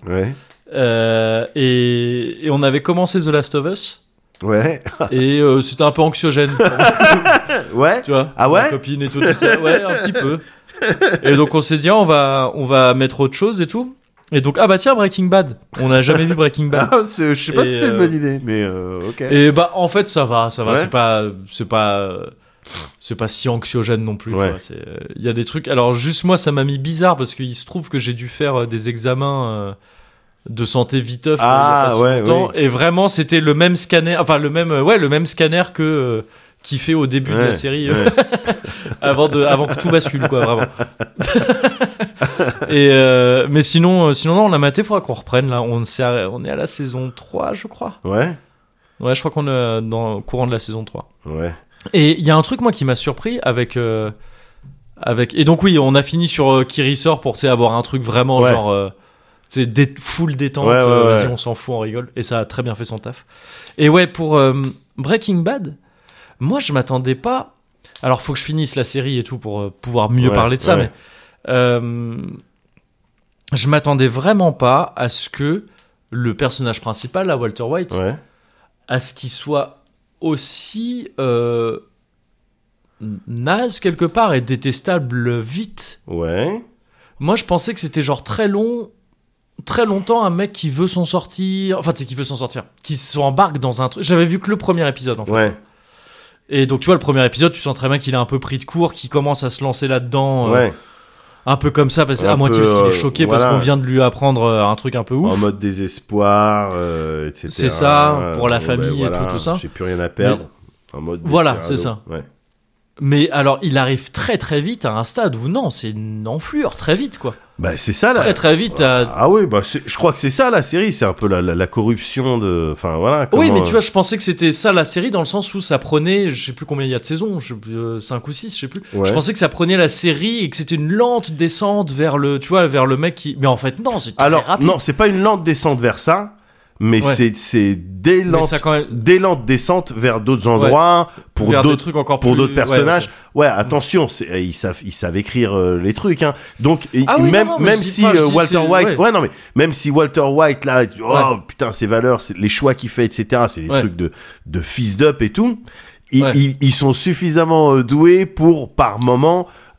Et on avait commencé The Last of Us. Et c'était un peu anxiogène. Tu vois, ma copine et tout ça. Un petit peu. Et donc on s'est dit, on va mettre autre chose et tout. Et donc, tiens, Breaking Bad. On n'a jamais vu Breaking Bad. Je sais pas si c'est une bonne idée, mais ok. Et en fait, ça va. C'est pas si anxiogène non plus. Il y a des trucs. Alors, juste moi, ça m'a mis bizarre parce qu'il se trouve que j'ai dû faire des examens de santé viteuf il y a pas si longtemps. Et vraiment, c'était le même scanner. Enfin, le même scanner que qu'il fait au début de la série avant que tout bascule, quoi, vraiment. Et mais sinon non, on l'a maté, faudra qu'on reprenne là. On est à la saison 3, je crois. Je crois qu'on est dans le courant de la saison 3. Et il y a un truc, moi, qui m'a surpris avec et donc oui, on a fini sur Kiri sort pour avoir un truc vraiment genre full détente, vas-y, on s'en fout, on rigole, et ça a très bien fait son taf. Et pour Breaking Bad, moi je m'attendais pas, alors faut que je finisse la série et tout pour pouvoir mieux parler de ça, mais je m'attendais vraiment pas à ce que le personnage principal, là, Walter White, à ce qu'il soit aussi naze quelque part et détestable vite. Moi je pensais que c'était genre très longtemps un mec qui veut s'en sortir, qui s'embarque dans un truc. J'avais vu que le premier épisode, en fait. Et donc tu vois, le premier épisode, tu sens très bien qu'il est un peu pris de court, qu'il commence à se lancer là-dedans un peu comme ça, à moitié parce qu'il est choqué parce qu'on vient de lui apprendre un truc un peu ouf, en mode désespoir, etc. C'est ça, pour la famille et tout ça. J'ai plus rien à perdre. En mode c'est ça. Mais alors, il arrive très très vite à un stade où non, c'est une enflure très vite, quoi. C'est ça là. Très très vite. Je crois que c'est ça la série, c'est un peu la corruption de. Enfin voilà. Oui, mais tu vois, je pensais que c'était ça la série dans le sens où ça prenait, je sais plus combien il y a de saisons, 5 ou 6, je sais plus. Je pensais que ça prenait la série et que c'était une lente descente vers le mec qui. Mais en fait, non, c'est très rapide. Non, c'est pas une lente descente vers ça. Mais c'est des lentes descentes vers d'autres endroits, pour d'autres personnages. Attention, ils savent écrire les trucs, hein. Donc même si Walter White, même si Walter White là, putain, ses valeurs, les choix qu'il fait, etc. C'est des trucs de fist up et tout. Ils sont suffisamment doués pour par moment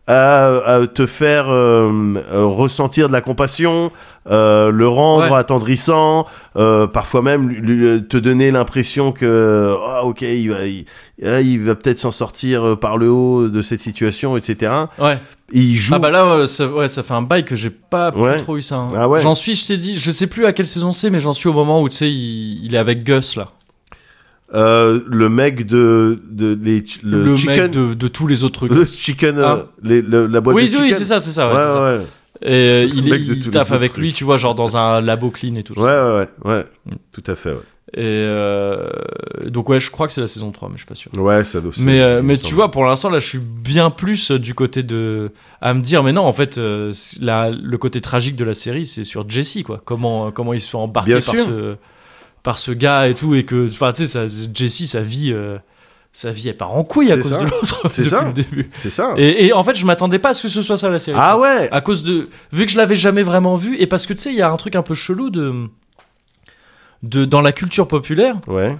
te faire ressentir de la compassion, le rendre attendrissant, parfois même te donner l'impression que ok, il va peut-être s'en sortir par le haut de cette situation, etc. Ouais. Il joue. Ah bah là, ça fait un bail que j'ai pas plus trop eu ça. Hein. Ah ouais. J'en suis, je t'ai dit, je sais plus à quelle saison c'est, mais j'en suis au moment où tu sais, il est avec Gus là. Le mec le chicken, mec de tous les autres trucs. le chicken, la boîte de chicken. Oui, c'est ça. Ouais, c'est ça. Ouais. Et il tape avec trucs. lui, tu vois, genre dans un labo clean et tout. Ouais. Tout à fait, ouais. Et donc ouais, je crois que c'est la saison 3, mais je suis pas sûr. Ouais, ça doit. Mais tu vois, pour l'instant là, je suis bien plus du côté de à me dire, mais non, en fait, le côté tragique de la série, c'est sur Jesse, quoi. Comment il se fait embarquer par ce gars et tout, et que, enfin, tu sais, Jesse, sa vie, elle part en couille à cause de l'autre depuis le début. C'est ça. Et en fait, je m'attendais pas à ce que ce soit ça la série. Ah ouais. À cause vu que je l'avais jamais vraiment vu, et parce que tu sais, il y a un truc un peu chelou dans la culture populaire. Ouais.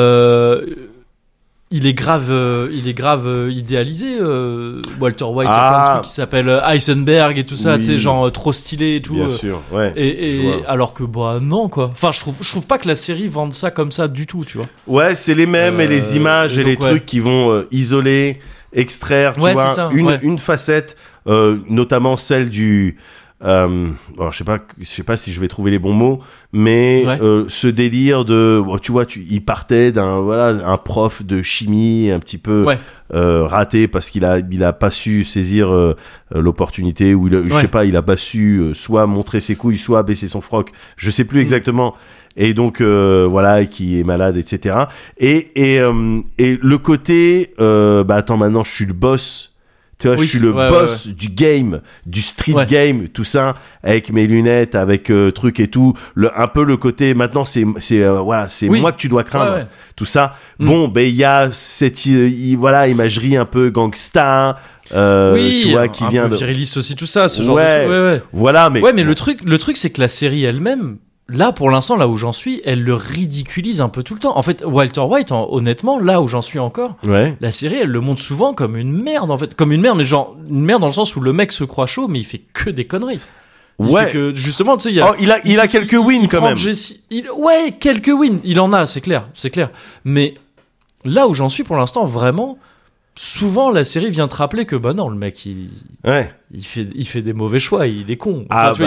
Il est grave idéalisé, Walter White. Il y a plein de trucs qui s'appellent Heisenberg et tout ça, tu sais, genre trop stylé et tout. Bien sûr, ouais. Et alors que non, quoi. Enfin, je trouve pas que la série vende ça comme ça du tout, tu vois. Ouais, c'est les mêmes et les images et les trucs qui vont isoler, extraire, tu vois, ça, une facette, notamment celle du. Alors je sais pas si je vais trouver les bons mots, mais ce délire de, tu vois, il partait un prof de chimie un petit peu raté parce qu'il a pas su saisir l'opportunité, ou je sais pas, il a pas su soit montrer ses couilles, soit baisser son froc, je sais plus exactement. Et donc voilà, qui est malade, etc. Et le côté attends, maintenant je suis le boss. Tu vois, je suis le boss du game, du street game, tout ça, avec mes lunettes, avec truc et tout. Un peu le côté, maintenant, c'est moi que tu dois craindre. Tout ça. Bon, il y a cette, imagerie un peu gangsta, tu vois, qui vient un peu viriliste aussi, tout ça, ce genre de truc. Voilà, mais. Ouais, mais le truc, c'est que la série elle-même, là, pour l'instant, là où j'en suis, elle le ridiculise un peu tout le temps. En fait, Walter White, honnêtement, là où j'en suis encore, la série, elle le montre souvent comme une merde, en fait. Comme une merde, mais genre, une merde dans le sens où le mec se croit chaud, mais il fait que des conneries. Il fait que, justement, tu sais, il a quelques wins quand même. Quelques wins. Il en a, c'est clair. Mais là où j'en suis pour l'instant, vraiment, souvent la série vient te rappeler que non, le mec il fait des mauvais choix, il est con.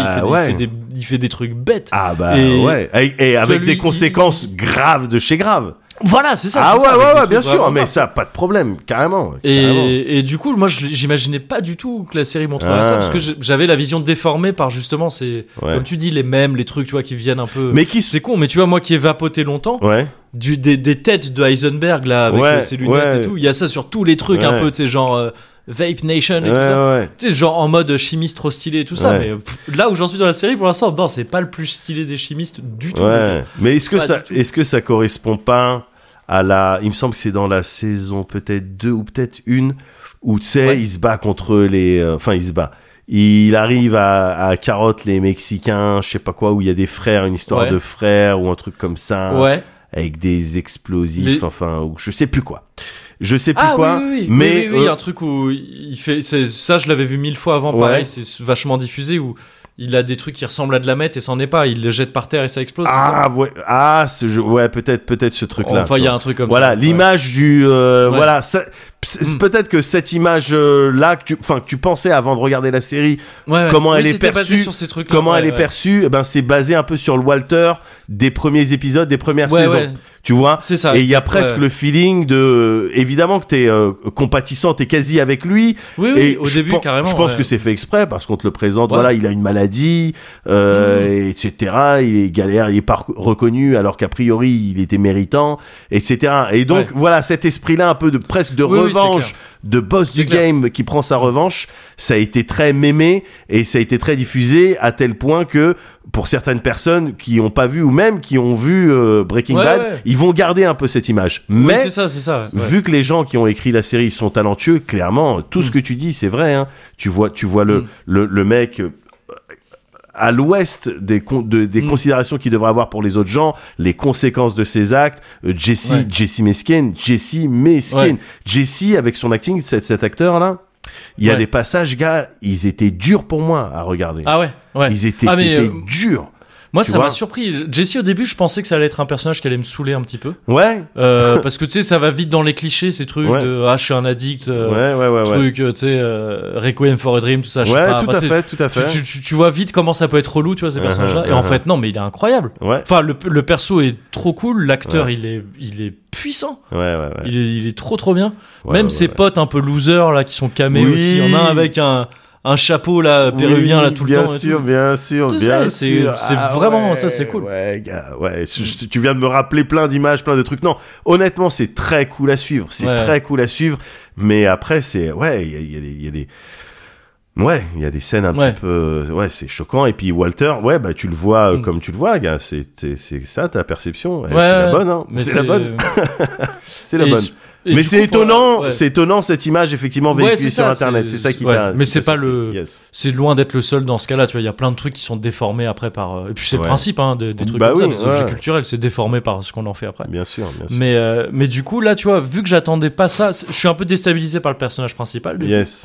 Il fait des trucs bêtes. Et avec des conséquences graves de chez grave. Voilà, c'est ça. Bien sûr, mais ça, pas de problème, carrément. Et du coup, moi, j'imaginais pas du tout que la série montrerait ça, parce que j'avais la vision déformée par justement comme tu dis, les mèmes, les trucs, tu vois, qui viennent un peu. Mais c'est con, mais tu vois, moi qui ai vapoté longtemps. Des têtes de Heisenberg là avec ses lunettes et tout, il y a ça sur tous les trucs un peu, tu sais, genre Vape Nation et tout ça, tu sais, genre en mode chimiste trop stylé et tout ça, mais là où j'en suis dans la série pour l'instant, non, c'est pas le plus stylé des chimistes du tout. Mais est-ce que ça correspond pas à il me semble que c'est dans la saison peut-être 2 ou peut-être 1 où tu sais, il se bat contre il arrive à carotte les Mexicains, je sais pas quoi, où il y a des frères, une histoire de frères ou un truc comme ça, avec des explosifs, ou je sais plus quoi. Mais il y a un truc où il fait, ça je l'avais vu 1000 fois avant, pareil, c'est vachement diffusé, où il a des trucs qui ressemblent à de la meth et c'en est pas, il le jette par terre et ça explose. Peut-être ce truc là. Enfin, il y a un truc comme ça. Voilà, l'image du peut-être que cette image là que tu pensais avant de regarder la série, comment elle est perçue, elle est perçue, c'est basé un peu sur le Walter des premiers épisodes, des premières saisons. Tu vois, c'est ça, et il y a presque le feeling de, évidemment que t'es compatissant, t'es quasi avec lui. Et au début, carrément. Je pense que c'est fait exprès parce qu'on te le présente. Voilà, il a une maladie, etc. Il est galère, il est pas reconnu alors qu'a priori il était méritant, etc. Et donc voilà, cet esprit-là un peu presque de revanche, de boss du game qui prend sa revanche, ça a été très mémé et ça a été très diffusé à tel point que pour certaines personnes qui ont pas vu ou même qui ont vu Breaking Bad, ils vont garder un peu cette image. Mais c'est ça. Vu que les gens qui ont écrit la série sont talentueux, clairement, tout ce que tu dis, c'est vrai. Hein. Tu vois le mec à l'ouest des considérations qu'il devrait avoir pour les autres gens, les conséquences de ses actes. Jesse Meskin, Jesse avec son acting, cet acteur là. Il y a Ouais. des passages, gars, ils étaient durs pour moi à regarder. Ah ouais. C'était dur. Moi, Tu ça vois m'a surpris. Jesse, au début, je pensais que ça allait être un personnage qui allait me saouler un petit peu. Ouais. Parce que tu sais, ça va vite dans les clichés, ces trucs Ouais. de je suis un addict, Ouais. truc, tu sais, Requiem for a Dream, tout ça. Je sais Ouais, pas. tout Enfin, à tu sais, fait, tout à fait. Tu vois vite comment ça peut être relou, tu vois, ces personnages-là. Et en fait, non, mais il est incroyable. Ouais. Enfin, le perso est trop cool. L'acteur, Ouais. il est puissant. Ouais. Il est trop bien. Ouais, Même ouais, ses ouais. potes un peu losers là qui sont camés Oui. aussi. Il y en a un avec un chapeau là péruvien Oui, là tout le bien temps. et sûr, tout. bien sûr, Tout bien ça, c'est- sûr. c'est vraiment- ça, c'est cool. Ouais, gars, ouais. Tu viens de me rappeler plein d'images, plein de trucs. Non, honnêtement, c'est très cool à suivre. C'est Ouais. très cool à suivre. Mais après, c'est, ouais, il y a des, ouais, il y a des scènes un Ouais. petit peu, ouais, c'est choquant. Et puis Walter, ouais, bah tu le vois comme tu le vois, gars. C'est ça ta perception. Ouais, Ouais, c'est la bonne, hein. mais C'est la bonne. C'est la Et- bonne. et Mais du c'est coup, étonnant, ouais. c'est étonnant cette image effectivement Ouais, véhiculée c'est sur ça, internet. C'est ça qui ouais. t'a. Mais qui c'est t'a pas surpris. le. Yes. C'est loin d'être le seul dans ce cas-là, tu vois. Il y a plein de trucs qui sont déformés après par. Et puis c'est le Ouais. principe, hein, des trucs Bah comme oui, ça, des objets ouais. culturels, c'est déformé par ce qu'on en fait après. Bien sûr, bien sûr. Mais du coup, là, tu vois, vu que j'attendais pas ça, je suis un peu déstabilisé par le personnage principal. du coup. Yes.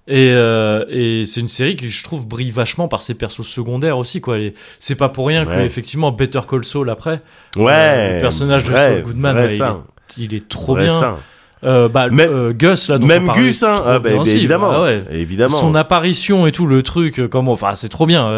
Et c'est une série qui, je trouve, brille vachement par ses persos secondaires aussi, quoi. Et c'est pas pour rien que, Ouais. effectivement, Better Call Saul, après, Ouais. le personnage de vrai, Saul Goodman, vrai bah, ça. il est trop Vrai bien. ça. Même, Gus, là, dont Même on parlait, Gus, hein. trop Ah, bien bah, aussi. évidemment. Ah ouais. Évidemment. Son apparition et tout, le truc, enfin, c'est trop bien.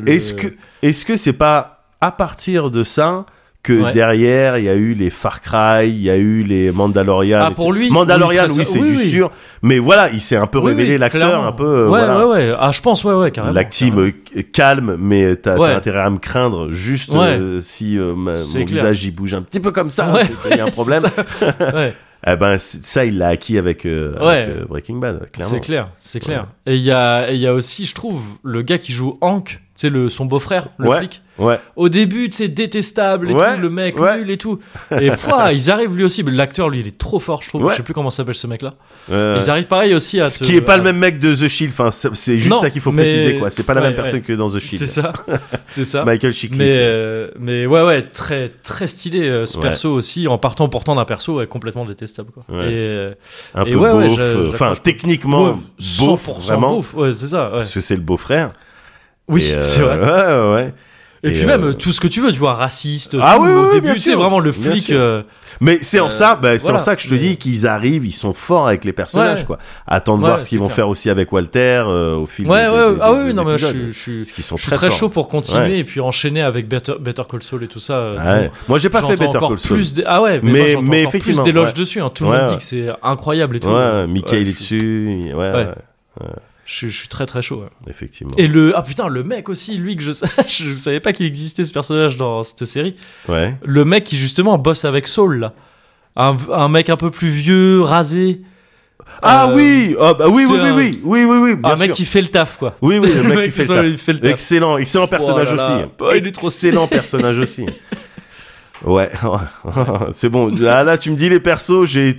Est-ce que c'est pas à partir de ça que Ouais. derrière il y a eu les Far Cry, il y a eu les Mandalorian. Ah, pour lui, Mandalorian, oui, oui, très- c'est oui, du oui. sûr. Mais voilà, il s'est un peu Oui, révélé oui, l'acteur, clairement. un peu. Ouais, voilà. ouais. Ah, je pense, ouais, carrément. L'active carrément. calme, mais t'as Ouais. intérêt à me craindre juste Ouais. si mon C'est clair. visage il bouge un petit peu comme ça, Ouais. c'est qu'il y a un problème. C'est ça. Ouais. Eh ben ça il l'a acquis avec, Breaking Bad, clairement. C'est clair. Et il y a aussi, je trouve, le gars qui joue Hank, tu sais, son beau-frère, le Ouais. flic. Ouais. Au début, tu sais, détestable et Ouais, tout, le mec ouais. nul et tout. Et ils arrivent lui aussi, mais l'acteur, lui, il est trop fort, je trouve. Ouais. Je sais plus comment s'appelle ce mec-là. Euh, Ils arrivent pareil aussi à ce qui est pas le même mec de The Shield, enfin c'est juste Non, ça qu'il faut mais- préciser, quoi. C'est pas la ouais, même personne ouais. que dans The Shield. C'est ça. C'est ça. Michael Chiklis. Mais ouais, très, très stylé ce Ouais. perso aussi, en portant d'un perso complètement détestable, quoi. Ouais. Et, un et peu ouais, beauf, j'accroche enfin pas. techniquement ouais, beauf, 100% vraiment, beauf, ouais, c'est ça. Ouais. parce que c'est le beau-frère. Oui, Et, c'est vrai. Ouais. Et puis même tout ce que tu veux, tu vois, raciste. Ah tout, oui, au oui, début, bien tu sais, sûr, vraiment le bien flic. sûr. Mais c'est en ça, c'est voilà. en ça que je te dis qu'ils arrivent, ils sont forts avec les personnages, Ouais. quoi. Attends de Ouais, voir ce qu'ils c'est vont clair. faire aussi avec Walter au fil Ouais, des, ouais, des- ah des oui, non, mais épisodes. je suis Parce qu'ils sont je suis très forts. chaud pour continuer Ouais. et puis enchaîner avec Better Call Saul et tout ça. Ouais. Moi, j'ai pas fait j'entends Better encore Call Saul. plus ah ouais, mais, Mais- moi, j'entends mais encore effectivement, plus d'éloges ouais. dessus. Hein. Tout le Ouais, monde ouais. dit que c'est incroyable et tout. Ouais, Mickey Ouais, il est je suis- dessus. Ouais, Ouais. ouais, Je suis très très chaud. Ouais. effectivement. Et putain, le mec aussi, lui que je savais pas qu'il existait ce personnage dans cette série. Ouais. Le mec qui justement bosse avec Saul là. Un mec un peu plus vieux, rasé. Ah oui, ah bah oui, c'est oui, bien Un mec sûr. qui fait le taf quoi. Oui, le mec qui fait le taf. il fait le taf. Excellent personnage Oh là aussi. là. Oh, il est trop Excellent personnage aussi. Ouais, c'est bon. Là, tu me dis les persos, j'ai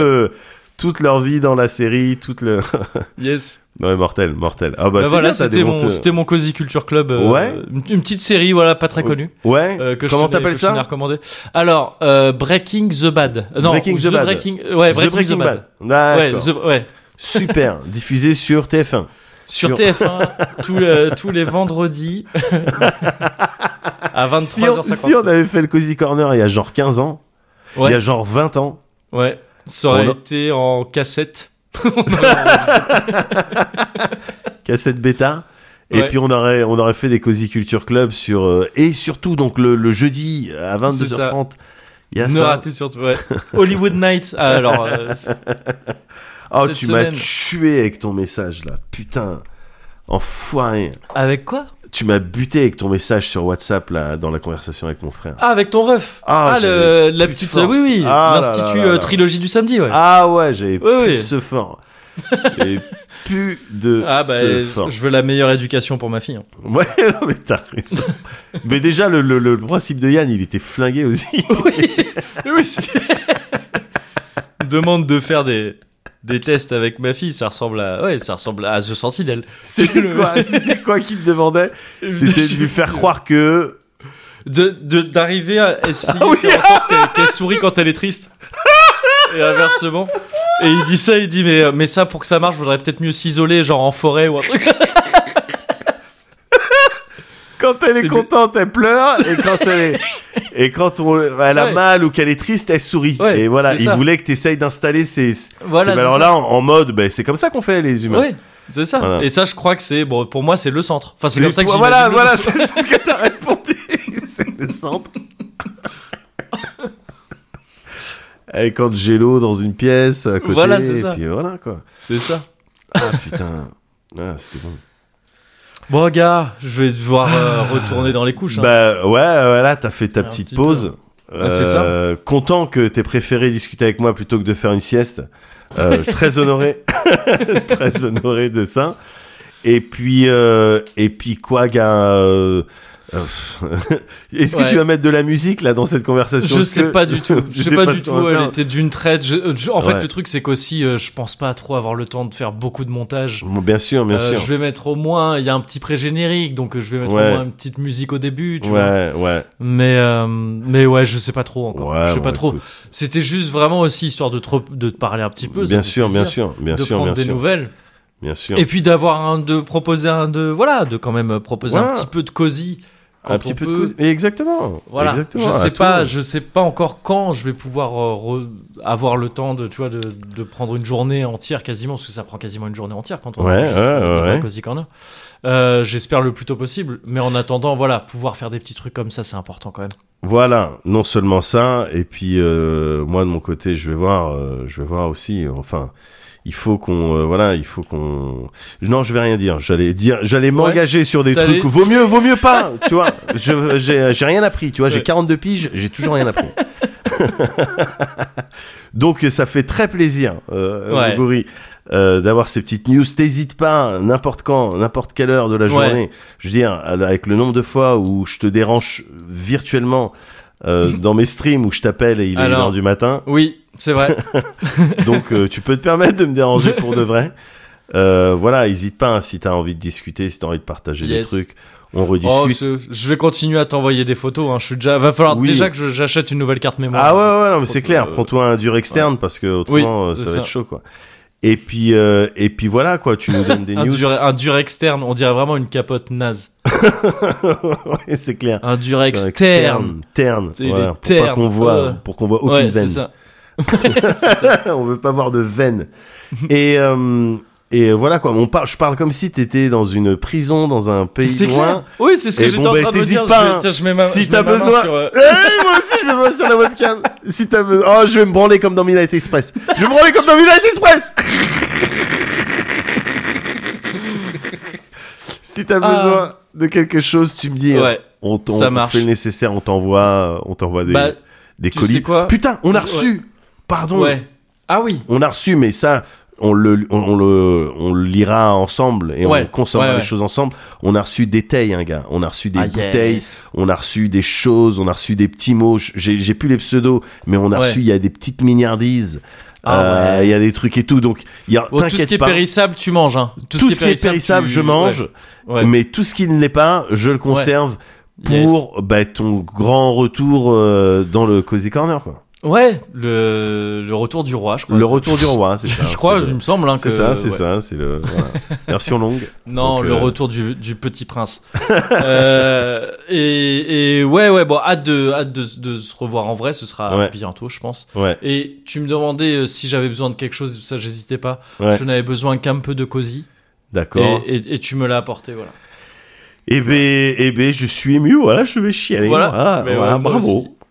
toute leur vie dans la série, Yes. Ouais, mortel. Ah bah, Bah c'est voilà, bien, t'as des c'était mon Cozy Culture Club. Ouais. Une petite série, voilà, pas très connue. Ouais. Que Comment que t'appelles je tenais à ça? recommander. Alors, Breaking the Bad. Non, Breaking the Bad. Ouais, The Breaking the Bad. Ouais, D'accord. ouais. Super. Diffusé sur TF1. Sur TF1, tous les vendredis à 23h50. Si on avait fait le Cozy Corner il y a genre 15 ans, il y Ouais, a genre 20 ans, ouais. Ça aurait On a- été en cassette. cassette bêta. Et Ouais. puis on aurait fait des Cozy Culture Club sur et surtout donc le jeudi à 22h30. Il y a Ne ça. ratez surtout. Ouais. Hollywood Nights. Ah, alors, Oh, cette tu m'as semaine. tué avec ton message là. Putain. Enfoiré. avec quoi? Tu m'as buté avec ton message sur WhatsApp là dans la conversation avec mon frère. Ah, avec ton ref. Ah, la j'avais plus de petite. force. Oui, Ah là l'Institut là là là. Trilogie du samedi, ouais. Ah ouais, j'avais Oui, plus oui. de ce fort. J'avais plus de Ah bah ce fort. je veux la meilleure éducation pour ma fille. Hein. Ouais, non, mais t'as raison. Mais déjà, le principe de Yann, il était flingué aussi. Oui, demande de faire des tests avec ma fille, ça ressemble à The Sentinel. C'était quoi qu'il te demandait? C'était de lui faire croire que... D'arriver à essayer Ah oui. de faire en sorte qu'elle sourit quand elle est triste. Et inversement. Et il dit ça, il dit mais ça pour que ça marche, faudrait peut-être mieux s'isoler, genre en forêt ou un truc. Quand elle est C'est contente, elle pleure, et quand elle a Ouais. mal ou qu'elle est triste, elle sourit. Ouais, et voilà, c'est il ça. voulait que tu essayes d'installer ces Voilà, c'est valeurs-là ça. en mode, c'est comme ça qu'on fait les humains. Oui, c'est ça. Voilà. Et ça, je crois que c'est bon pour moi, c'est le centre. Enfin, c'est Et comme ça que voilà, j'imagine le voilà, centre. c'est ce que t'as répondu. C'est le centre. Et quand j'ai l'eau dans une pièce à côté, Voilà, c'est et ça. puis voilà quoi. C'est ça. Ah putain, c'était bon. Bon, gars, je vais devoir retourner dans les couches. Hein. Bah ouais, voilà, t'as fait ta Un petite petit pause. Ah, c'est ça. Content que t'aies préféré discuter avec moi plutôt que de faire une sieste. Très honoré, très honoré de ça. Et puis quoi, gars. Est-ce que Ouais. tu vas mettre de la musique là dans cette conversation? Je Est-ce sais que- pas du tout. Tu Je sais sais pas pas du ce qu'on tout. va Elle faire. était d'une traite. En fait, Ouais. le truc, c'est qu'aussi, je pense pas trop avoir le temps de faire beaucoup de montage. Bon, bien sûr, bien sûr. Je vais mettre au moins, il y a un petit pré-générique, donc je vais mettre Ouais. au moins une petite musique au début, tu vois. Ouais. Mais ouais, je sais pas trop encore. Ouais, je sais pas bon, trop. écoute. C'était juste vraiment aussi histoire de te parler un petit peu. ça Bien fait sûr, bien plaisir sûr, bien de sûr, prendre bien des sûr. nouvelles. Bien sûr. Et puis de quand même proposer un Voilà. petit peu de cosy. Quand Un petit on peu de peut. cause. Exactement. Voilà. Exactement. Je à sais tout pas, moment. je sais pas encore quand je vais pouvoir avoir le temps de, tu vois, de prendre une journée entière quasiment, parce que ça prend quasiment une journée entière quand on Ouais, enregistre dans ouais. un Cozy Corner. J'espère le plus tôt possible, mais en attendant, voilà, pouvoir faire des petits trucs comme ça, c'est important quand même. Voilà, non seulement ça, et puis moi de mon côté, je vais voir aussi. Enfin, il faut qu'on, Non, je vais rien dire. J'allais m'engager sur des T'allais- trucs. Vaut mieux pas. Tu vois, j'ai rien appris. Tu vois, j'ai Ouais. 42 piges, j'ai toujours rien appris. Donc ça fait très plaisir, Ouais. Moguri, d'avoir ces petites news. T'hésites pas, n'importe quand, n'importe quelle heure de la journée. Je veux dire, avec le nombre de fois où je te dérange virtuellement dans mes streams où je t'appelle et il est Alors. 1h du matin. Oui, c'est vrai. Donc tu peux te permettre de me déranger pour de vrai. Voilà, hésite pas hein, si t'as envie de discuter, si t'as envie de partager des Yes. trucs, on Oh, rediscute. je vais continuer à t'envoyer des photos. Hein. Va falloir Oui. déjà que j'achète une nouvelle carte mémoire. Ah ouais, non, mais c'est clair. euh, Prends-toi un dur externe parce que autrement Oui, ça c'est va ça. être chaud quoi. Et puis voilà quoi, tu nous donnes des news. Un dur externe, on dirait vraiment une capote naze. Ouais, c'est clair. Un dur C'est externe. Terne, Il est voilà, pour pas terne, qu'on voit, ouais. pour qu'on voit aucune Ouais, veine. c'est ça. On veut pas voir de veine. Et voilà quoi, je parle comme si t'étais dans une prison dans un pays C'est loin. clair. Oui, c'est ce que Et j'étais bon, en bah, train de me t'hésites dire. pas, hein. Je mets ma, Si je t'as mets ma main besoin. sur, Moi aussi je me vois sur la webcam. Si t'as besoin. Oh, je vais me branler comme dans Midnight Express. Je vais me branler comme dans Midnight Express. Si t'as Ah. besoin de quelque chose, tu me dis. Ouais, on ça on marche. fait le nécessaire, on t'envoie des, Bah, des tu colis. sais quoi Putain, on a Ouais. reçu. Pardon. Ouais. Ah oui. On a reçu, mais ça, on le lira ensemble et Ouais. on consommera Ouais, les ouais. choses ensemble. On a reçu des tailles, hein, gars. On a reçu des Ah, bouteilles. yes. On a reçu des choses. On a reçu des petits mots. J'ai plus les pseudos, mais on a Ouais. reçu. Il y a des petites mignardises. Ah ouais. Il y a des trucs et tout. Donc, Bon, tout ce qui t'inquiète est pas. périssable, tu manges. Hein. Tout ce qui est périssable, tu- je mange. Ouais. Ouais. Mais tout ce qui ne l'est pas, je le conserve pour ton grand retour dans le Cozy Corner, quoi. Ouais, le retour du roi, je crois. Le retour du roi, c'est ça. Je crois, c'est il me semble. Hein, c'est que, ça, c'est ouais. ça, c'est le voilà. Version longue. Non, Donc, le retour du petit prince. Et ouais, bon, hâte de se revoir en vrai, ce sera Ouais. bientôt, je pense. Ouais, Et tu me demandais si j'avais besoin de quelque chose, ça j'hésitais pas. ouais. Je n'avais besoin qu'un peu de cosy. D'accord. Et tu me l'as apporté, voilà. Eh ben, je suis ému. Voilà, je vais chialer. Voilà. Mais voilà, ouais, moi bravo. aussi.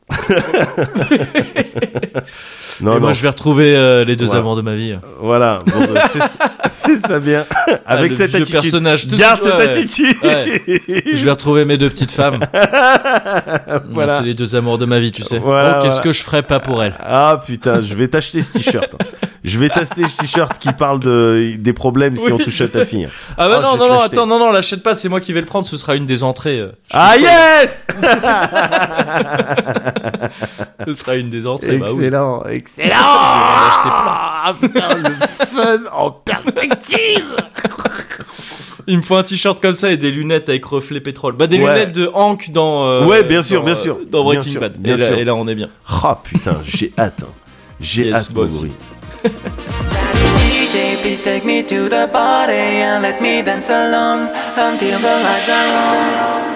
Non, Et moi, je vais retrouver les deux Voilà. amours de ma vie. Voilà. Bon, fais ça bien. Avec le cette vieux attitude. personnage. tout de Garde suite, cette ouais. attitude. Je vais retrouver mes deux petites femmes. Voilà. C'est les deux amours de ma vie, tu sais. Voilà, Oh, qu'est-ce voilà. que je ferais pas pour elles. Ah putain, je vais t'acheter ce t-shirt. Je vais t'acheter ce t-shirt qui parle des problèmes si Oui. on touche à ta fille. Ah bah Ah, je non, vais non, te non, l'acheter. attends, non, l'achète pas, c'est moi qui vais le prendre, ce sera une des entrées. Ah yes. Ce sera une des entrées, bah oui. Excellent, excellent. Je vais en acheter plein. Ah putain, le fun en perspective. Il me faut un t-shirt comme ça et des lunettes avec reflet pétrole. Bah des Ouais. lunettes de Hank dans... Ouais, bien sûr, dans, bien sûr. Dans Bien Breaking sûr, Bad. bien sûr. Et là, on est bien. Ah putain, j'ai hâte. Hein. J'ai Yes, hâte, moi mon aussi. bruit. DJ, please take me to the party and let me dance along until the lights are on.